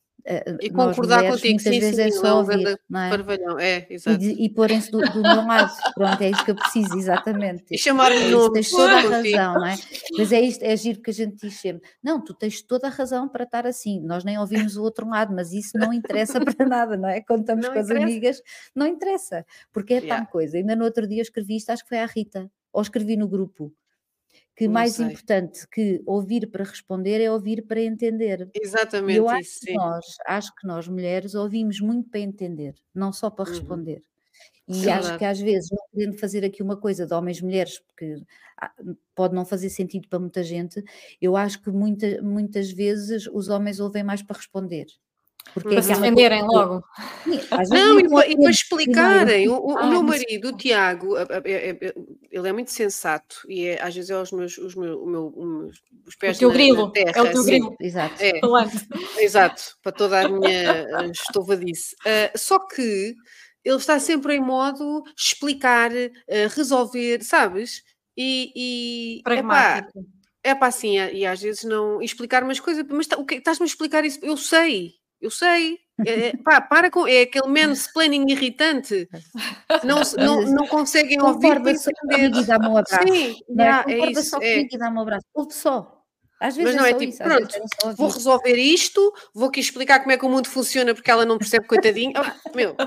S3: eh,
S1: E
S3: Nós
S1: concordar
S3: mulheres
S1: contigo,
S3: muitas
S1: sim,
S3: vezes
S1: sim,
S3: é
S1: não é
S3: só
S1: um
S3: ouvir,
S1: grande
S3: não é?
S1: parvalhão. É,
S3: E,
S1: exato.
S3: de- e porem-se do, do meu lado, pronto, é isso que eu preciso, exatamente.
S1: E
S3: Tipo,
S1: chamar-lhe
S3: é isso,
S1: nomes
S3: tens toda a
S1: contigo.
S3: razão, não é? Mas é isto, é giro que a gente diz sempre. Não, tu tens toda a razão para estar assim. Nós nem ouvimos o outro lado, mas isso não interessa para nada, não é? Quando estamos
S1: Não
S3: com as
S1: interessa.
S3: amigas, não interessa, porque é
S1: Yeah.
S3: tal coisa. Ainda no outro dia escrevi isto, acho que foi à Rita, ou escrevi no grupo, que
S1: Não
S3: mais
S1: sei.
S3: importante que ouvir para responder é ouvir para entender. E eu
S1: Exatamente
S3: acho
S1: isso,
S3: que
S1: sim.
S3: nós, acho que nós mulheres ouvimos muito para entender, não só para
S1: Uhum.
S3: responder.
S1: É
S3: E acho que
S1: verdade.
S3: às vezes, não querendo fazer aqui uma coisa de homens e mulheres, porque ah, pode não fazer sentido para muita gente, eu acho que muita, muitas vezes os homens ouvem mais para responder. Porque é
S2: Para se
S1: Uhum.
S3: aquela coisa
S2: defenderem
S3: que,
S2: logo.
S3: sim, às vezes
S1: Não,
S3: nem
S1: e,
S3: estão
S1: pa- e para
S3: atentos primeiro.
S1: explicarem, o, o- o
S3: Ah,
S1: meu
S3: mas
S1: marido, o Tiago, a- a- é- é- ele é muito sensato e é, às vezes é os meus, os meus, o meu- os os
S2: O
S1: pés
S2: teu
S1: na, na
S2: grilo. É o
S1: terra,
S2: teu
S1: assim,
S3: sim,
S2: grilo
S3: exato.
S1: é,
S2: falante.
S1: exato, para toda a minha eh, estovadice. Ah, só que ele está sempre em modo explicar, eh, resolver, sabes? E, e epá,
S2: Pragmático.
S1: é pá, assim, e às vezes não explicar umas coisas, mas tá- o que estás-me a explicar isso? Eu sei, eu sei. É, é, pá, para com. É aquele mansplaining irritante. Não, se- não,
S3: Mas
S1: não conseguem ouvir para
S3: concorda só
S1: entender.
S3: comigo e dá-me um abraço,
S1: Sim,
S3: não é?
S1: já, é
S3: Concorda
S1: isso.
S3: só
S1: É.
S3: comigo e dá-me um abraço. Ouve só. Às vezes
S1: Mas
S3: é
S1: não é
S3: só
S1: tipo,
S3: isso, às vezes
S1: pronto,
S3: é só
S1: vou
S3: ouvir.
S1: resolver isto, vou aqui explicar como é que o mundo funciona porque ela não percebe, coitadinho. Ah, meu,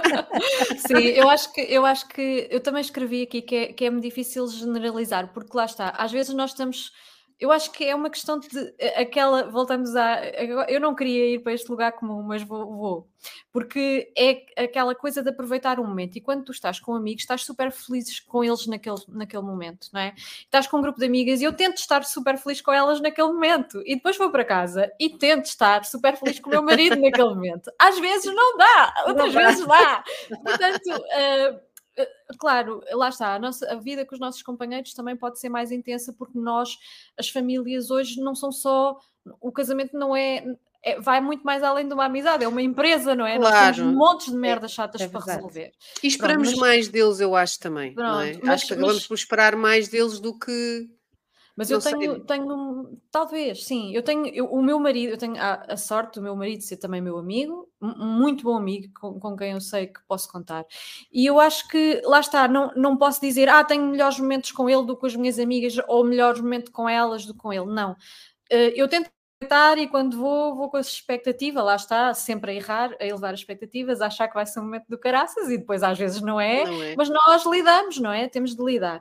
S2: Sim, eu acho que eu acho que eu também escrevi aqui que é, que é muito difícil generalizar, porque lá está, às vezes nós estamos. Eu acho que é uma questão de a- aquela, voltamos a. agora- Eu não queria ir para este lugar comum, mas vou, vou. Porque é aquela coisa de aproveitar o momento. E quando tu estás com amigos, estás super felizes com eles naquele, naquele momento, não é? Estás com um grupo de amigas e eu tento estar super feliz com elas naquele momento. E depois vou para casa e tento estar super feliz com o meu marido naquele momento. Às vezes não dá, outras
S3: dá.
S2: vezes dá. Portanto, ah, ah, claro, lá está, a, nossa, a vida com os nossos companheiros também pode ser mais intensa porque nós, as famílias hoje não são só, o casamento não é, é- vai muito mais além de uma amizade, é uma empresa, não é? Nós temos
S1: claro.
S2: montes de
S3: É,
S2: merdas chatas
S3: é
S2: para
S3: verdade.
S2: resolver.
S1: E esperamos
S2: mas-
S1: mais deles, eu acho também, não é?
S2: Pronto, mas-
S1: Acho que acabamos
S2: mas-
S1: por esperar mais deles do que.
S2: Mas
S1: Não
S2: eu
S1: sei.
S2: tenho, tenho talvez, sim, eu tenho, eu- o meu marido, eu tenho a, a sorte do meu marido ser também meu amigo, um um muito bom amigo, com, com quem eu sei que posso contar. E eu acho que, lá está, não, não posso dizer, ah, tenho melhores momentos com ele do que com as minhas amigas, ou melhores momentos com elas do que com ele, não. Eh, eu tento aproveitar e quando vou, vou com essa expectativa, lá está, sempre a errar, a elevar as expectativas, a achar que vai ser um momento do caraças e depois às vezes não é,
S1: Não é?
S2: mas nós lidamos, não é? Temos de lidar.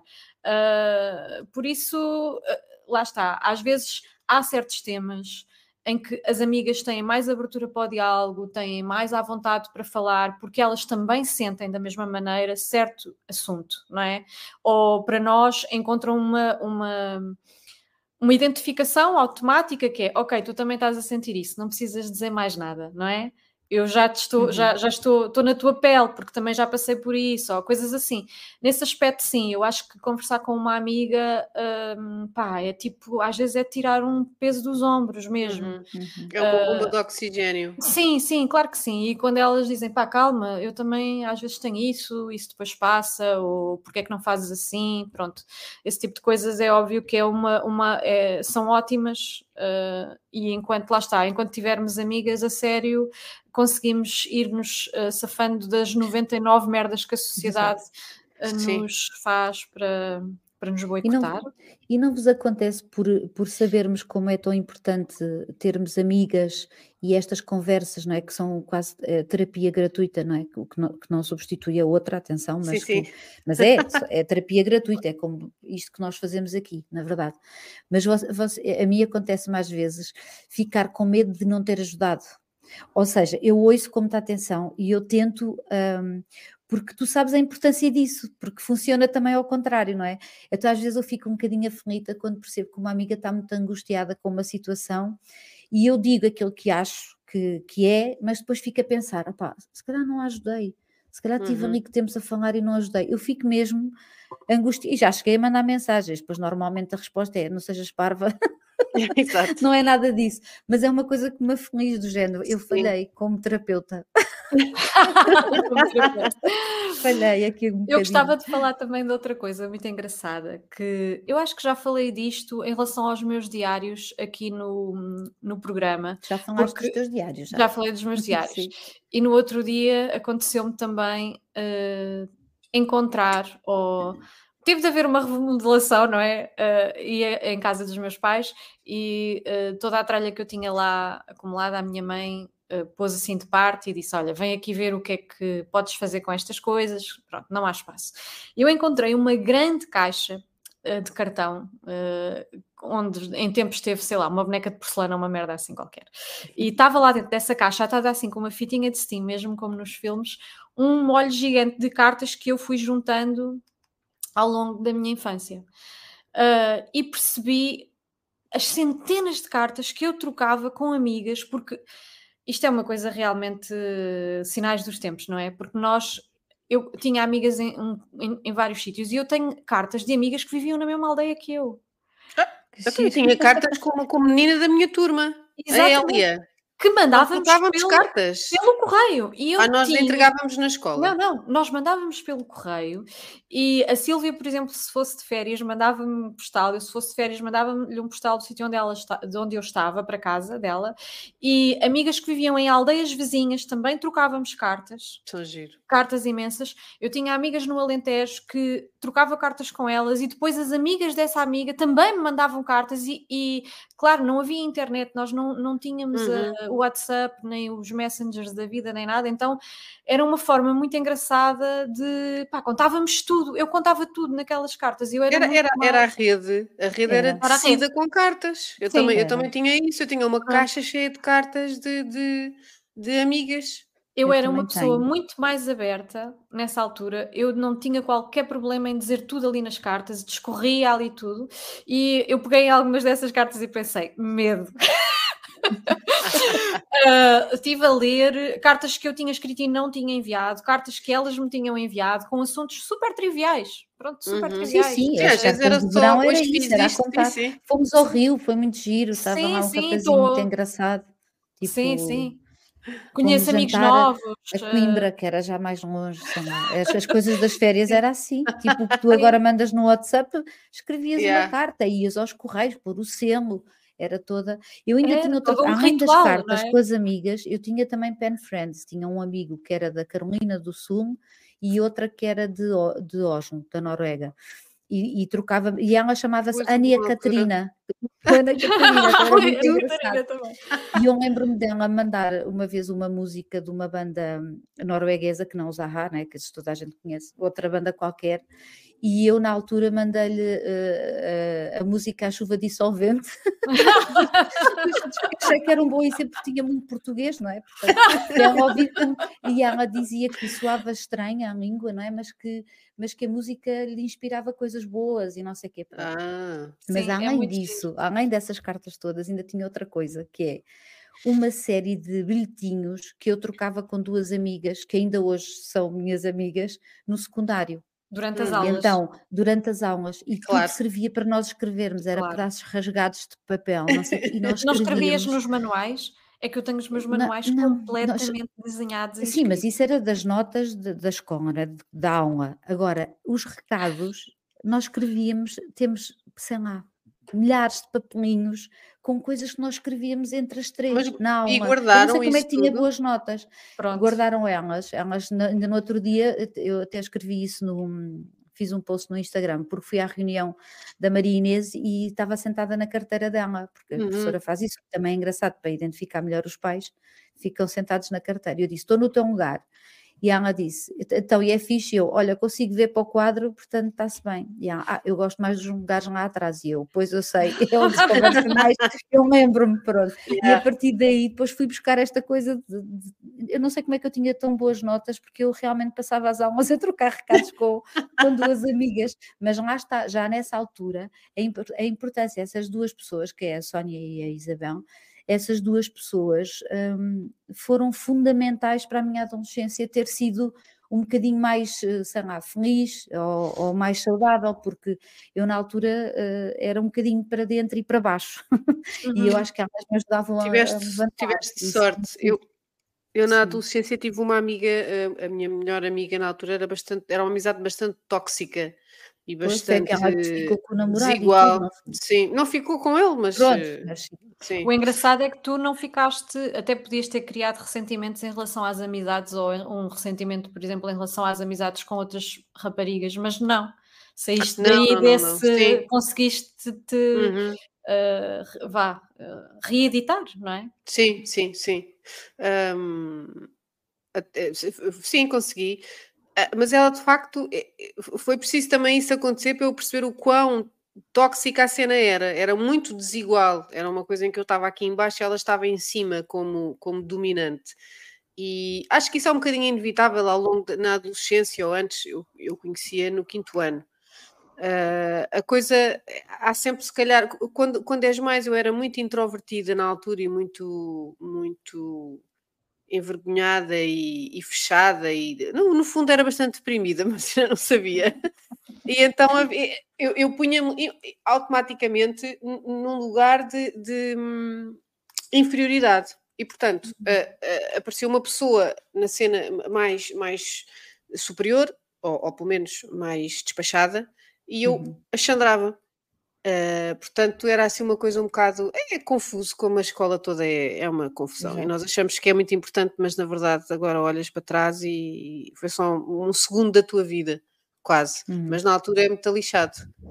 S2: Uh, por isso, uh, lá está, às vezes há certos temas em que as amigas têm mais abertura para o diálogo, têm mais à vontade para falar, porque elas também sentem da mesma maneira certo assunto, não é? Ou para nós encontram uma, uma, uma identificação automática que é, ok, tu também estás a sentir isso, não precisas dizer mais nada, não é? Eu já, te estou,
S3: Uhum.
S2: já, já estou, estou na tua pele, porque também já passei por isso, ou coisas assim. Nesse aspecto, sim, eu acho que conversar com uma amiga, hum, pá, é tipo, às vezes é tirar um peso dos ombros mesmo.
S1: Uhum.
S3: Uhum.
S1: É uma bomba de oxigênio.
S2: Sim, sim, claro que sim. E quando elas dizem, pá, calma, eu também às vezes tenho isso, isso depois passa, ou porque é que não fazes assim? Pronto, esse tipo de coisas é óbvio que é uma, uma é- são ótimas, uh, e enquanto lá está, enquanto tivermos amigas a sério, conseguimos ir-nos uh, safando das noventa e nove merdas que a sociedade uh,
S1: Sim.
S2: nos faz para, para nos
S3: E não,
S2: boicotar.
S3: e não vos acontece por, por sabermos como é tão importante termos amigas e estas conversas, não é? Que são quase eh, terapia gratuita, não é? O que não, que não substitui a outra, atenção,
S1: Sim,
S3: mas,
S1: sim.
S3: que, mas é, é terapia gratuita, é como isto que nós fazemos aqui, na verdade. Mas você- você- a mim acontece mais vezes ficar com medo de não ter ajudado. Ou seja, eu ouço com muita atenção e eu tento, hum, porque tu sabes a importância disso, porque funciona também ao contrário, não é? Então às vezes eu fico um bocadinho aflita quando percebo que uma amiga está muito angustiada com uma situação e eu digo aquilo que acho que, que é, mas depois fico a pensar, opá, se calhar não a ajudei, se calhar tive
S1: Uhum.
S3: ali que temos a falar e não ajudei. Eu fico mesmo angustiada, e já cheguei a mandar mensagens, depois normalmente a resposta é, não sejas parva,
S1: Exato.
S3: não é nada disso, mas é uma coisa que me aflige do género, eu
S1: Sim.
S3: falhei como terapeuta,
S2: Como terapeuta.
S3: falhei aqui um
S2: Eu
S3: bocadinho.
S2: gostava de falar também de outra coisa muito engraçada, que eu acho que já falei disto em relação aos meus diários aqui no, no programa,
S3: Já falaste dos
S2: porque
S3: teus diários, já.
S2: já falei dos meus diários.
S3: Sim.
S2: E no outro dia aconteceu-me também eh, encontrar, ou teve de haver uma remodelação, não é? Eh, ia em casa dos meus pais e eh, toda a tralha que eu tinha lá acumulada, a minha mãe uh, pôs assim de parte e disse, olha, vem aqui ver o que é que podes fazer com estas coisas, pronto, não há espaço. Eu encontrei uma grande caixa uh, de cartão, uh, onde em tempos teve, sei lá, uma boneca de porcelana, uma merda assim qualquer. E estava lá dentro dessa caixa, estava assim com uma fitinha de Steam, mesmo como nos filmes, um molho gigante de cartas que eu fui juntando ao longo da minha infância. Uh, e percebi as centenas de cartas que eu trocava com amigas, porque isto é uma coisa realmente uh, sinais dos tempos, não é? Porque nós, eu tinha amigas em, um, em, em vários sítios e eu tenho cartas de amigas que viviam na mesma aldeia que eu.
S3: Que
S1: Então eu
S3: giro.
S1: tinha cartas com com uma menina da minha turma, a
S2: Exatamente.
S1: Hélia.
S2: Que
S1: Nós
S2: mandávamos
S1: trocávamos
S2: pelo,
S1: cartas.
S2: pelo correio. E eu
S1: Ah, nós
S2: tinha.
S1: entregávamos na
S2: Não,
S1: escola.
S2: não, nós mandávamos pelo correio e a Sílvia, por exemplo, se fosse de férias, mandava-me um postal, eu se fosse de férias, mandava-lhe um postal do sítio onde, ela está, de onde eu estava, para casa dela, e amigas que viviam em aldeias vizinhas também trocávamos cartas,
S1: Tão giro.
S2: cartas imensas. Eu tinha amigas no Alentejo que trocava cartas com elas e depois as amigas dessa amiga também me mandavam cartas e, e claro, não havia internet, nós não, não tínhamos
S1: Uhum.
S2: uh, o WhatsApp, nem os messengers da vida, nem nada, então era uma forma muito engraçada de, pá, contávamos tudo, eu contava tudo naquelas cartas, eu era,
S1: Era
S2: muito
S1: era
S2: má
S1: era a rede, a rede era
S3: Era,
S2: para a rede.
S1: tecida com cartas. Eu
S2: Sim.
S1: também eu
S3: era.
S1: também tinha isso, eu tinha uma
S2: Ah.
S1: caixa cheia de cartas de de de amigas.
S2: Eu
S3: Eu
S2: era
S3: também
S2: uma pessoa
S3: tenho.
S2: muito mais aberta nessa altura, eu não tinha qualquer problema em dizer tudo ali nas cartas, discorria ali tudo, e eu peguei em algumas dessas cartas e pensei, medo. Uh, estive a ler cartas que eu tinha escrito e não tinha enviado, cartas que elas me tinham enviado com assuntos super triviais. Pronto, super
S1: Uhum.
S3: Sim,
S2: triviais.
S3: sim,
S1: Sim,
S3: as
S1: às vezes
S3: cartas
S1: era
S3: do
S1: só:
S3: verão era
S1: "Hoje
S3: isso,
S1: fiz
S3: era a
S1: isto", sim,
S3: contar.
S1: sim.
S3: Fomos ao Rio, foi muito giro, estava
S2: Sim,
S3: lá um
S2: sim,
S3: rapazinho muito
S2: estou.
S3: engraçado,
S2: Sim,
S3: tipo,
S2: sim. Conheço
S3: Fomos
S2: amigos
S3: jantar a
S2: novos.
S3: a
S2: eh,
S3: Coimbra, que era já mais longe, sei lá. As, as coisas das férias era assim. Tipo, o que tu agora mandas no WhatsApp, escrevias uma
S1: Yeah.
S3: carta, ias aos correios, pôr o selo, era toda. Eu ainda tinha
S2: Era
S3: outra,
S2: todo um
S3: além das
S2: ritual, não
S3: cartas
S2: é?
S3: com as amigas, eu tinha também pen friends. Tinha um amigo que era da Carolina do Sul e outra que era de, O- de Oslo, da Noruega. E, e trocava, e ela chamava-se
S1: Pois houve
S3: Ania
S1: uma altura.
S3: Catarina. Ana Catarina, então era muito
S2: Ana
S3: engraçado.
S2: Catarina também.
S3: E eu lembro-me dela mandar uma vez uma música de uma banda norueguesa, que não os Ahá, né, que toda a gente conhece, outra banda qualquer, e eu na altura mandei-lhe eh, eh, a música A Chuva Dissolvente. Achei que era um bom exemplo porque tinha muito português, não é? Portanto, ela ouvia, e ela dizia que soava estranha a língua, não é? Mas que, mas que a música lhe inspirava coisas boas e não sei o quê, pronto.
S1: Ah,
S3: Mas
S2: Sim, é
S3: além
S2: muito giro.
S3: disso, além dessas cartas todas, ainda tinha outra coisa, que é uma série de bilhetinhos que eu trocava com duas amigas, que ainda hoje são minhas amigas, no secundário.
S2: Durante as
S1: Hum.
S3: E
S2: aulas,
S3: então, durante as aulas, e tudo
S1: claro.
S3: servia para nós escrevermos, era
S2: claro.
S3: pedaços rasgados de papel, não sei o quê, e nós
S2: Não escrevias
S3: escrevíamos.
S2: nos manuais? É que eu tenho os meus
S3: Na-
S2: manuais
S3: não, nós,
S2: completamente desenhados e
S3: sim, mas
S2: escritos.
S3: isso era das notas de- da escola, né, de- da aula. Agora, os recados, nós escrevíamos, temos, sei lá, milhares de papelinhos com coisas que nós escrevíamos entre as
S1: Mas
S3: três na
S1: e
S3: aula. Eu não sei
S1: guardaram
S3: como é
S1: isso
S3: que tinha
S1: tudo?
S3: boas notas.
S2: Pronto.
S3: Guardaram elas, elas na- ainda no outro dia, eu até escrevi isso no. Fiz um post no Instagram, porque fui à reunião da Maria Inês e estava sentada na carteira dela, porque a
S1: Uhum.
S3: professora faz isso, também é engraçado para identificar melhor os pais, ficam sentados na carteira. Eu disse: estou no teu lugar. E ela disse: então, e é fixe? Eu, olha, consigo ver para o quadro, portanto está-se bem. E ela: ah, eu gosto mais dos lugares lá atrás. E eu: pois eu sei, é onde se conversa mais, eu lembro-me, pronto. E a
S1: Yeah.
S3: partir daí, depois fui buscar esta coisa de, de- eu não sei como é que eu tinha tão boas notas, porque eu realmente passava as aulas a trocar recados com, com duas amigas, mas lá está, já nessa altura, a, impor- a importância dessas duas pessoas, que é a Sónia e a Isabel, essas duas pessoas hum, foram fundamentais para a minha adolescência ter sido um bocadinho mais, eh, sei lá, feliz ou, ou mais saudável, porque eu na altura eh, era um bocadinho para dentro e para baixo, e eu
S2: Uhum.
S3: acho que elas me ajudavam a, a
S1: Tiveste,
S3: levantar.
S1: tiveste
S3: Isso tem
S1: sorte.
S3: sido,
S1: Eu, eu na
S3: sim.
S1: adolescência tive uma amiga, a, a minha melhor amiga na altura era bastante, era uma amizade bastante tóxica e
S3: Pois foi aquela que ficou
S1: bastante
S3: com o namorado e tudo,
S1: desigual.
S3: não foi?
S1: Sim, não ficou com ele, mas
S3: Pronto,
S1: eh,
S3: mas sim.
S2: O
S1: sim.
S2: engraçado é que tu não ficaste, até podias ter criado ressentimentos em relação às amizades ou em- um ressentimento, por exemplo, em relação às amizades com outras raparigas, mas não. Saíste
S1: Não,
S2: daí
S1: não, não, não.
S2: desse,
S1: Sim.
S2: conseguiste te,
S1: Uhum.
S2: eh, re- vá, eh, reeditar, não é?
S1: Sim, sim, sim. Hum, até- se- sim, consegui. Ah, mas ela de facto, eh, eh, foi preciso também isso acontecer para eu perceber o quão tóxica a cena era. Era muito desigual. Era uma coisa em que eu estava aqui em baixo e ela estava em cima como, como dominante. E acho que isso é um bocadinho inevitável ao longo da, na adolescência ou antes, eu, eu conhecia no quinto ano. Ah, a coisa, há sempre se calhar, quando, quando és mais, eu era muito introvertida na altura e muito, muito envergonhada e, e fechada e no, no fundo era bastante deprimida, mas eu não sabia. E então havia- eu, eu punha-me eu- automaticamente n- num lugar de, de, hum, inferioridade. E portanto, a- a- apareceu uma pessoa na cena mais, mais superior, ou, ou pelo menos mais despachada, e eu
S3: Uhum.
S1: achandrava. Uh, portanto, era assim uma coisa um bocado. É, é confuso, como a escola toda é, é uma confusão. E
S3: Exato.
S1: nós achamos que é muito importante, mas na verdade agora olhas para trás e foi só um, um segundo da tua vida, quase.
S3: Uhum.
S1: Mas na altura é muito lixado.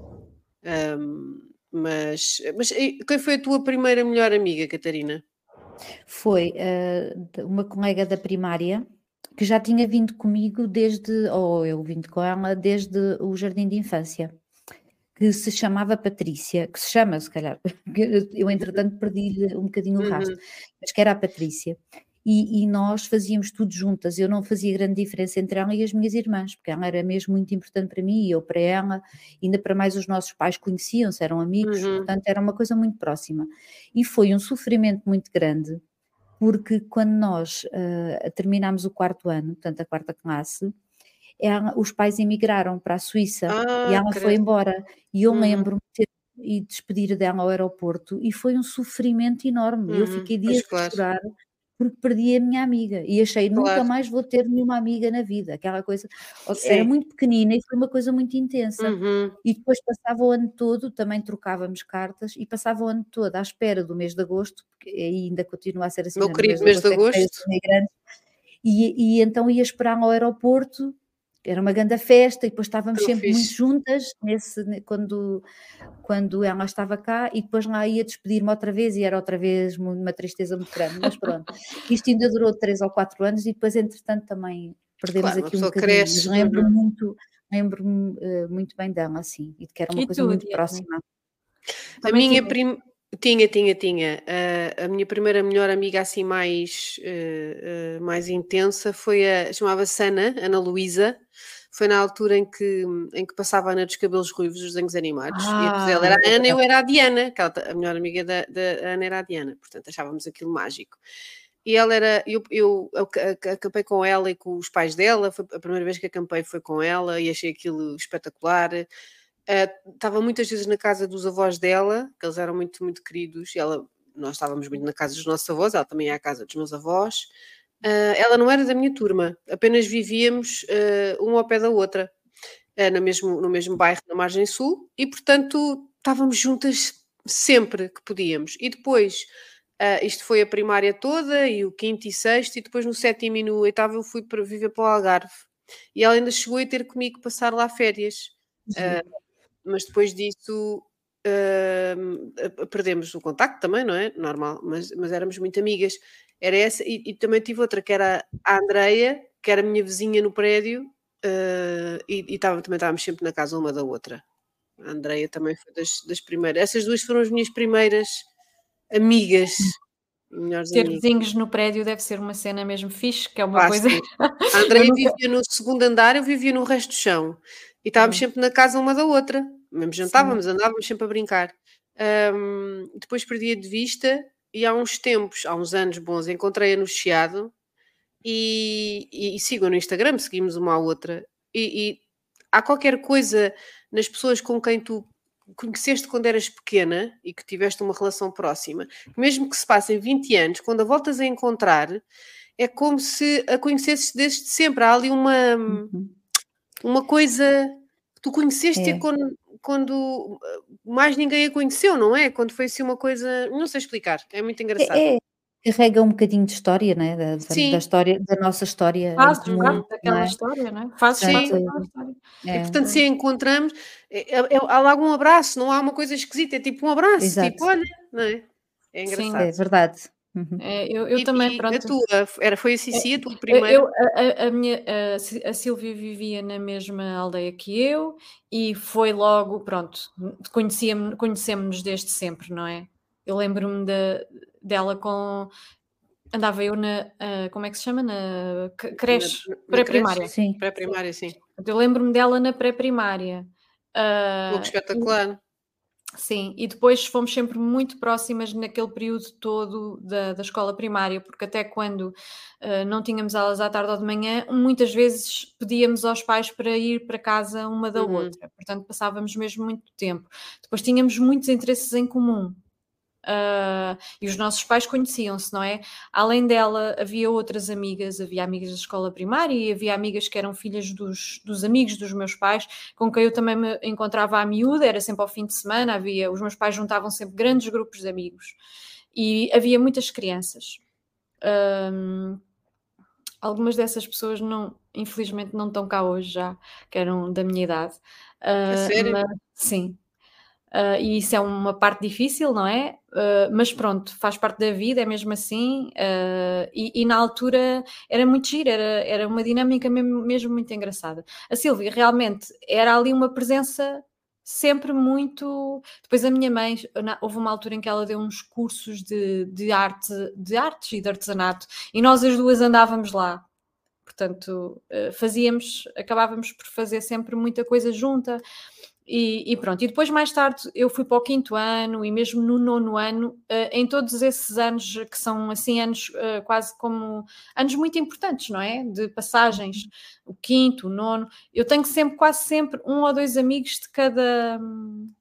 S1: Um, mas, mas e quem foi a tua primeira melhor amiga, Catarina?
S3: Foi eh, de- uma colega da primária que já tinha vindo comigo desde, ou eu vindo com ela, desde o jardim de infância, que se chamava Patrícia, que se chama, se calhar, porque eu entretanto perdi-lhe um bocadinho o rastro,
S1: Uhum,
S3: mas que era a Patrícia. E, e nós fazíamos tudo juntas, eu não fazia grande diferença entre ela e as minhas irmãs, porque ela era mesmo muito importante para mim e eu para ela, ainda para mais os nossos pais conheciam-se, eram amigos,
S1: uhum,
S3: portanto era uma coisa muito próxima. E foi um sofrimento muito grande, porque quando nós uh, terminámos o quarto ano, portanto a quarta classe, ela, os pais emigraram para a Suíça e
S1: ah,
S3: ela foi
S1: credo.
S3: embora. E eu
S1: Uhum,
S3: lembro-me de ter e despedir dela ao aeroporto e foi um sofrimento enorme. Eu
S1: uhum,
S3: fiquei
S1: pois
S3: dias a
S1: claro.
S3: chorar porque perdi a minha amiga e achei nunca
S1: Claro.
S3: mais vou ter nenhuma amiga na vida, aquela coisa, era
S1: Sim.
S3: muito pequenina e foi uma coisa muito intensa.
S1: Uhum.
S3: E depois passava o ano todo, também trocávamos cartas e passava o ano todo à espera do mês de agosto, porque ainda continua a ser assim,
S1: Meu
S3: né, no mês
S1: querido
S3: de
S1: mês de
S3: agosto é que saem os
S1: agosto.
S3: imigrantes, e e então ia esperar ao aeroporto, era uma grande festa e depois estávamos
S1: Tão
S3: sempre muito
S1: fixe.
S3: juntas nesse ne quando quando ela estava cá e depois lá ia despedir-me outra vez e era outra vez mu uma tristeza muito grande, mas pronto. Isto ainda durou três ou quatro anos e depois entretanto também perdemos
S1: Claro, uma
S3: aqui um
S1: pessoa
S3: bocadinho, mas
S1: cresce. Uhum.
S3: lembro-me muito lembro-me, eh, muito bem dela, assim, e de que era uma
S2: E
S3: coisa
S2: tu,
S3: muito
S2: Diana?
S3: próxima.
S1: A
S2: Também
S1: minha
S2: tinhas?
S1: prim tinha, tinha, tinha. A a minha primeira melhor amiga, assim, mais, eh eh, mais intensa foi a chamava-se Ana, Ana Luísa. Foi na altura em que em que passava a Ana dos Cabelos Ruivos, dos desenhos animados, e depois ela
S2: Ah,
S1: era
S3: Ai,
S1: a Ana e eu
S3: adorava.
S1: era a Diana, que ela ta a melhor amiga da da Ana era a Diana, portanto achávamos aquilo mágico. E ela era eu eu aca aca acampei com ela e com os pais dela, foi a primeira vez que acampei foi com ela e achei aquilo espetacular. Ah, estava muitas vezes na casa dos avós dela, que eles eram muito, muito queridos, e ela nós estávamos muito na casa dos nossos avós, ela também ia à casa dos meus avós. Ah, ela não era da minha turma, apenas vivíamos, ah, uma ao pé da outra, ah, no mesmo no mesmo bairro, na margem sul, e portanto estávamos juntas sempre que podíamos. E depois, ah, isto foi a primária toda, e o quinto e sexto, e depois no sétimo e no oitavo eu fui para viver para o Algarve. E ela ainda chegou a ter comigo passar lá férias. Ah,
S3: Giro.
S1: mas depois disso, hum, a perdemos o contacto também, não é, normal, mas mas éramos muito amigas. Era essa e e também tive outra que era a Andreia, que era minha vizinha no prédio, hã, e e estava também estávamos sempre na casa uma da outra. A Andreia também foi das das primeiras essas duas foram as minhas primeiras amigas,
S3: Hum.
S1: melhores
S2: ter
S1: amigas.
S2: vizinhos no prédio deve ser uma cena mesmo fixe, que é uma
S1: Ah,
S2: coisa
S1: sim. A
S2: eu
S1: Andreia
S2: nunca
S1: vivia no segundo andar, eu vivia no resto do chão. E estávamos
S2: pronto,
S1: sempre na casa uma da outra, mesmo
S2: sim.
S1: jantávamos, andávamos sempre a brincar. Hum, depois perdi-a de vista e há uns tempos, há uns anos bons, encontrei-a no Chiado e, e, e sigo no Instagram, seguimos uma à outra. E, e há qualquer coisa nas pessoas com quem tu conheceste quando eras pequena e que tiveste uma relação próxima, que mesmo que se passem vinte anos, quando a voltas a encontrar, é como se a conhecesses desde sempre. Há ali uma
S3: Uhum.
S1: uma coisa que tu conheceste
S3: É.
S1: quando quando, ah, mais ninguém a conheceu, não é? Quando foi assim uma coisa não sei explicar, é muito engraçado.
S3: É é, carrega um bocadinho de história, né, da da da
S1: Sim,
S3: história da nossa história em
S2: Fazes
S3: comum,
S1: uhum,
S2: parte
S3: não
S2: daquela
S3: é?
S2: história, não é? Fazes parte
S1: sim.
S3: Portanto,
S2: daquela história.
S1: E
S3: é,
S1: portanto se a encontramos, é é é há logo um abraço, não há uma coisa esquisita, é tipo um abraço, tipo:
S3: exato,
S1: "Olha", não é? É
S2: Sim,
S1: engraçado.
S3: é verdade. Uhum.
S2: eh, eu eu
S1: E
S2: também,
S1: e a
S2: pronto.
S1: tua, era foi a Cici a tua
S2: Eh,
S1: primeira?
S2: eu a a a minha a Si a Sílvia vivia na mesma aldeia que eu e foi logo pronto, conhecia-me conhecemos-nos desde sempre, não é? Eu lembro-me de dela com andava eu na, hã, como é que se chama? Na c
S1: Na
S2: creche,
S1: na creche,
S2: pré-primária.
S1: sim.
S3: Sim.
S1: Pré-primária, sim.
S2: Eu lembro-me dela na pré-primária.
S1: Pô, que
S2: Hã,
S1: espetacular.
S2: Sim, e depois fomos sempre muito próximas naquele período todo da da escola primária, porque até quando, hã, não tínhamos aulas à tarde ou de manhã, muitas vezes pedíamos aos pais para ir para casa uma da
S1: Uhum,
S2: outra, portanto passávamos mesmo muito tempo. Depois tínhamos muitos interesses em comum. Ah, e os nossos pais conheciam-se, não é? Além dela, havia outras amigas, havia amigas da escola primária e havia amigas que eram filhas dos, dos amigos dos meus pais, com quem eu também me encontrava à miúda, era sempre ao fim de semana, havia, os meus pais juntavam sempre grandes grupos de amigos e havia muitas crianças. Ahm, algumas dessas pessoas não, infelizmente não estão cá hoje já, que eram da minha idade.
S1: a
S2: Ah,
S1: sério?
S2: mas sim, Uh, e isso é uma parte difícil, não é? Uh, mas pronto, faz parte da vida, é mesmo assim. Uh, e, e na altura era muito giro, era, era uma dinâmica mesmo, mesmo muito engraçada. A Sílvia realmente era ali uma presença sempre muito. Depois a minha mãe, na- houve uma altura em que ela deu uns cursos de, de arte, de artes e de artesanato, e nós as duas andávamos lá. Portanto, uh, fazíamos, acabávamos por fazer sempre muita coisa junta. E, e pronto, e depois mais tarde eu fui para o quinto ano e mesmo no nono ano, eh, em todos esses anos que são assim anos eh, quase como anos muito importantes, não é? De passagens, o quinto, o nono, eu tenho sempre, quase sempre, um ou dois amigos de cada, hum,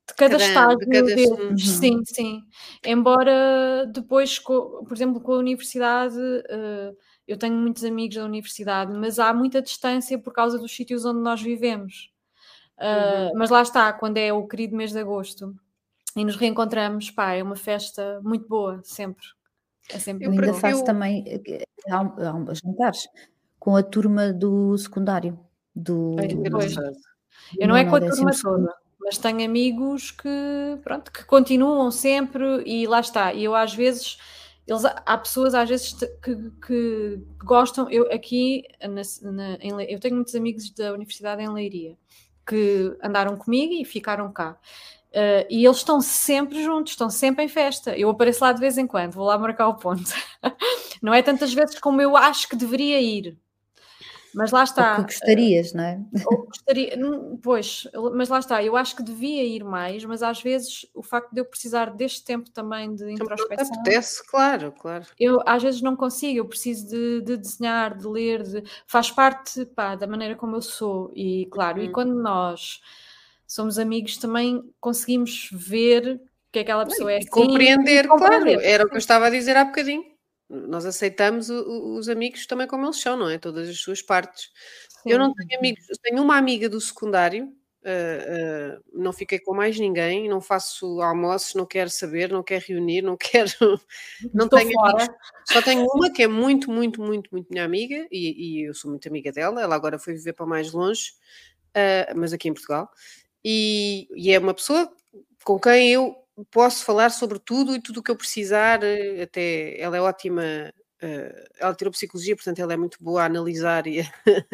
S2: de cada
S1: Cada ano, de
S2: estágio
S1: cada.
S2: desses,
S1: Hum,
S3: Uhum.
S2: sim, sim. Embora depois, co- por exemplo, com a universidade, eh, eu tenho muitos amigos da universidade, mas há muita distância por causa dos sítios onde nós vivemos. Ah,
S1: uhum.
S2: mas lá está, quando é o querido mês de agosto e nos reencontramos, pá, é uma festa muito boa, sempre. É sempre
S1: Eu,
S3: Eu
S2: muito
S1: pra-
S3: ainda
S2: bom.
S3: faço
S1: eu,
S3: também, eh, que- há, um- há um- jantares com a turma do secundário,
S2: É,
S3: do,
S2: pois.
S1: engraçado.
S3: do
S2: Eu não é
S3: nono
S2: com
S3: ao
S2: a
S3: décimo
S2: turma
S3: segundo.
S2: toda, mas tenho amigos que, pronto, que continuam sempre e lá está. E eu às vezes, eles, há pessoas às vezes te- que, que gostam, eu aqui, na- na- em Le- eu tenho muitos amigos da Universidade em Leiria que andaram comigo e ficaram cá. Eh, e eles estão sempre juntos, estão sempre em festa. Eu apareço lá de vez em quando, vou lá marcar o ponto. Não é tantas vezes como eu acho que deveria ir, mas lá
S3: Ou que
S2: está.
S3: gostarias, não é?
S2: Ou gostaria, hum, pois, mas lá está, eu acho que devia ir mais, mas às vezes o facto de eu precisar deste tempo também de
S1: Também não te
S2: introspecção,
S1: apetece, claro, claro.
S2: eu às vezes não consigo, eu preciso de, de desenhar, de ler, de- faz parte, pá, da maneira como eu sou, e claro, e
S1: Hum.
S2: quando nós somos amigos também conseguimos ver que aquela pessoa é
S1: E
S2: assim e
S1: compreender, claro,
S2: compreender.
S1: era o que eu estava a dizer há bocadinho. Nós aceitamos o- o- os amigos também como eles são, não é? Todas as suas partes. Eu não
S2: Sim,
S1: tenho amigos, eu tenho uma amiga do secundário, ah, ah, não fiquei com mais ninguém, não faço almoços, não quero saber, não quero reunir, não quero, não
S2: estou
S1: tenho amigos.
S2: fora.
S1: Só tenho uma que é muito, muito, muito, muito minha amiga e, e eu sou muito amiga dela. Ela agora foi viver para mais longe, ah, mas aqui em Portugal. E, e é uma pessoa com quem eu posso falar sobre tudo e tudo o que eu precisar. eh, Até ela é ótima, eh, ela tirou psicologia, portanto ela é muito boa a analisar e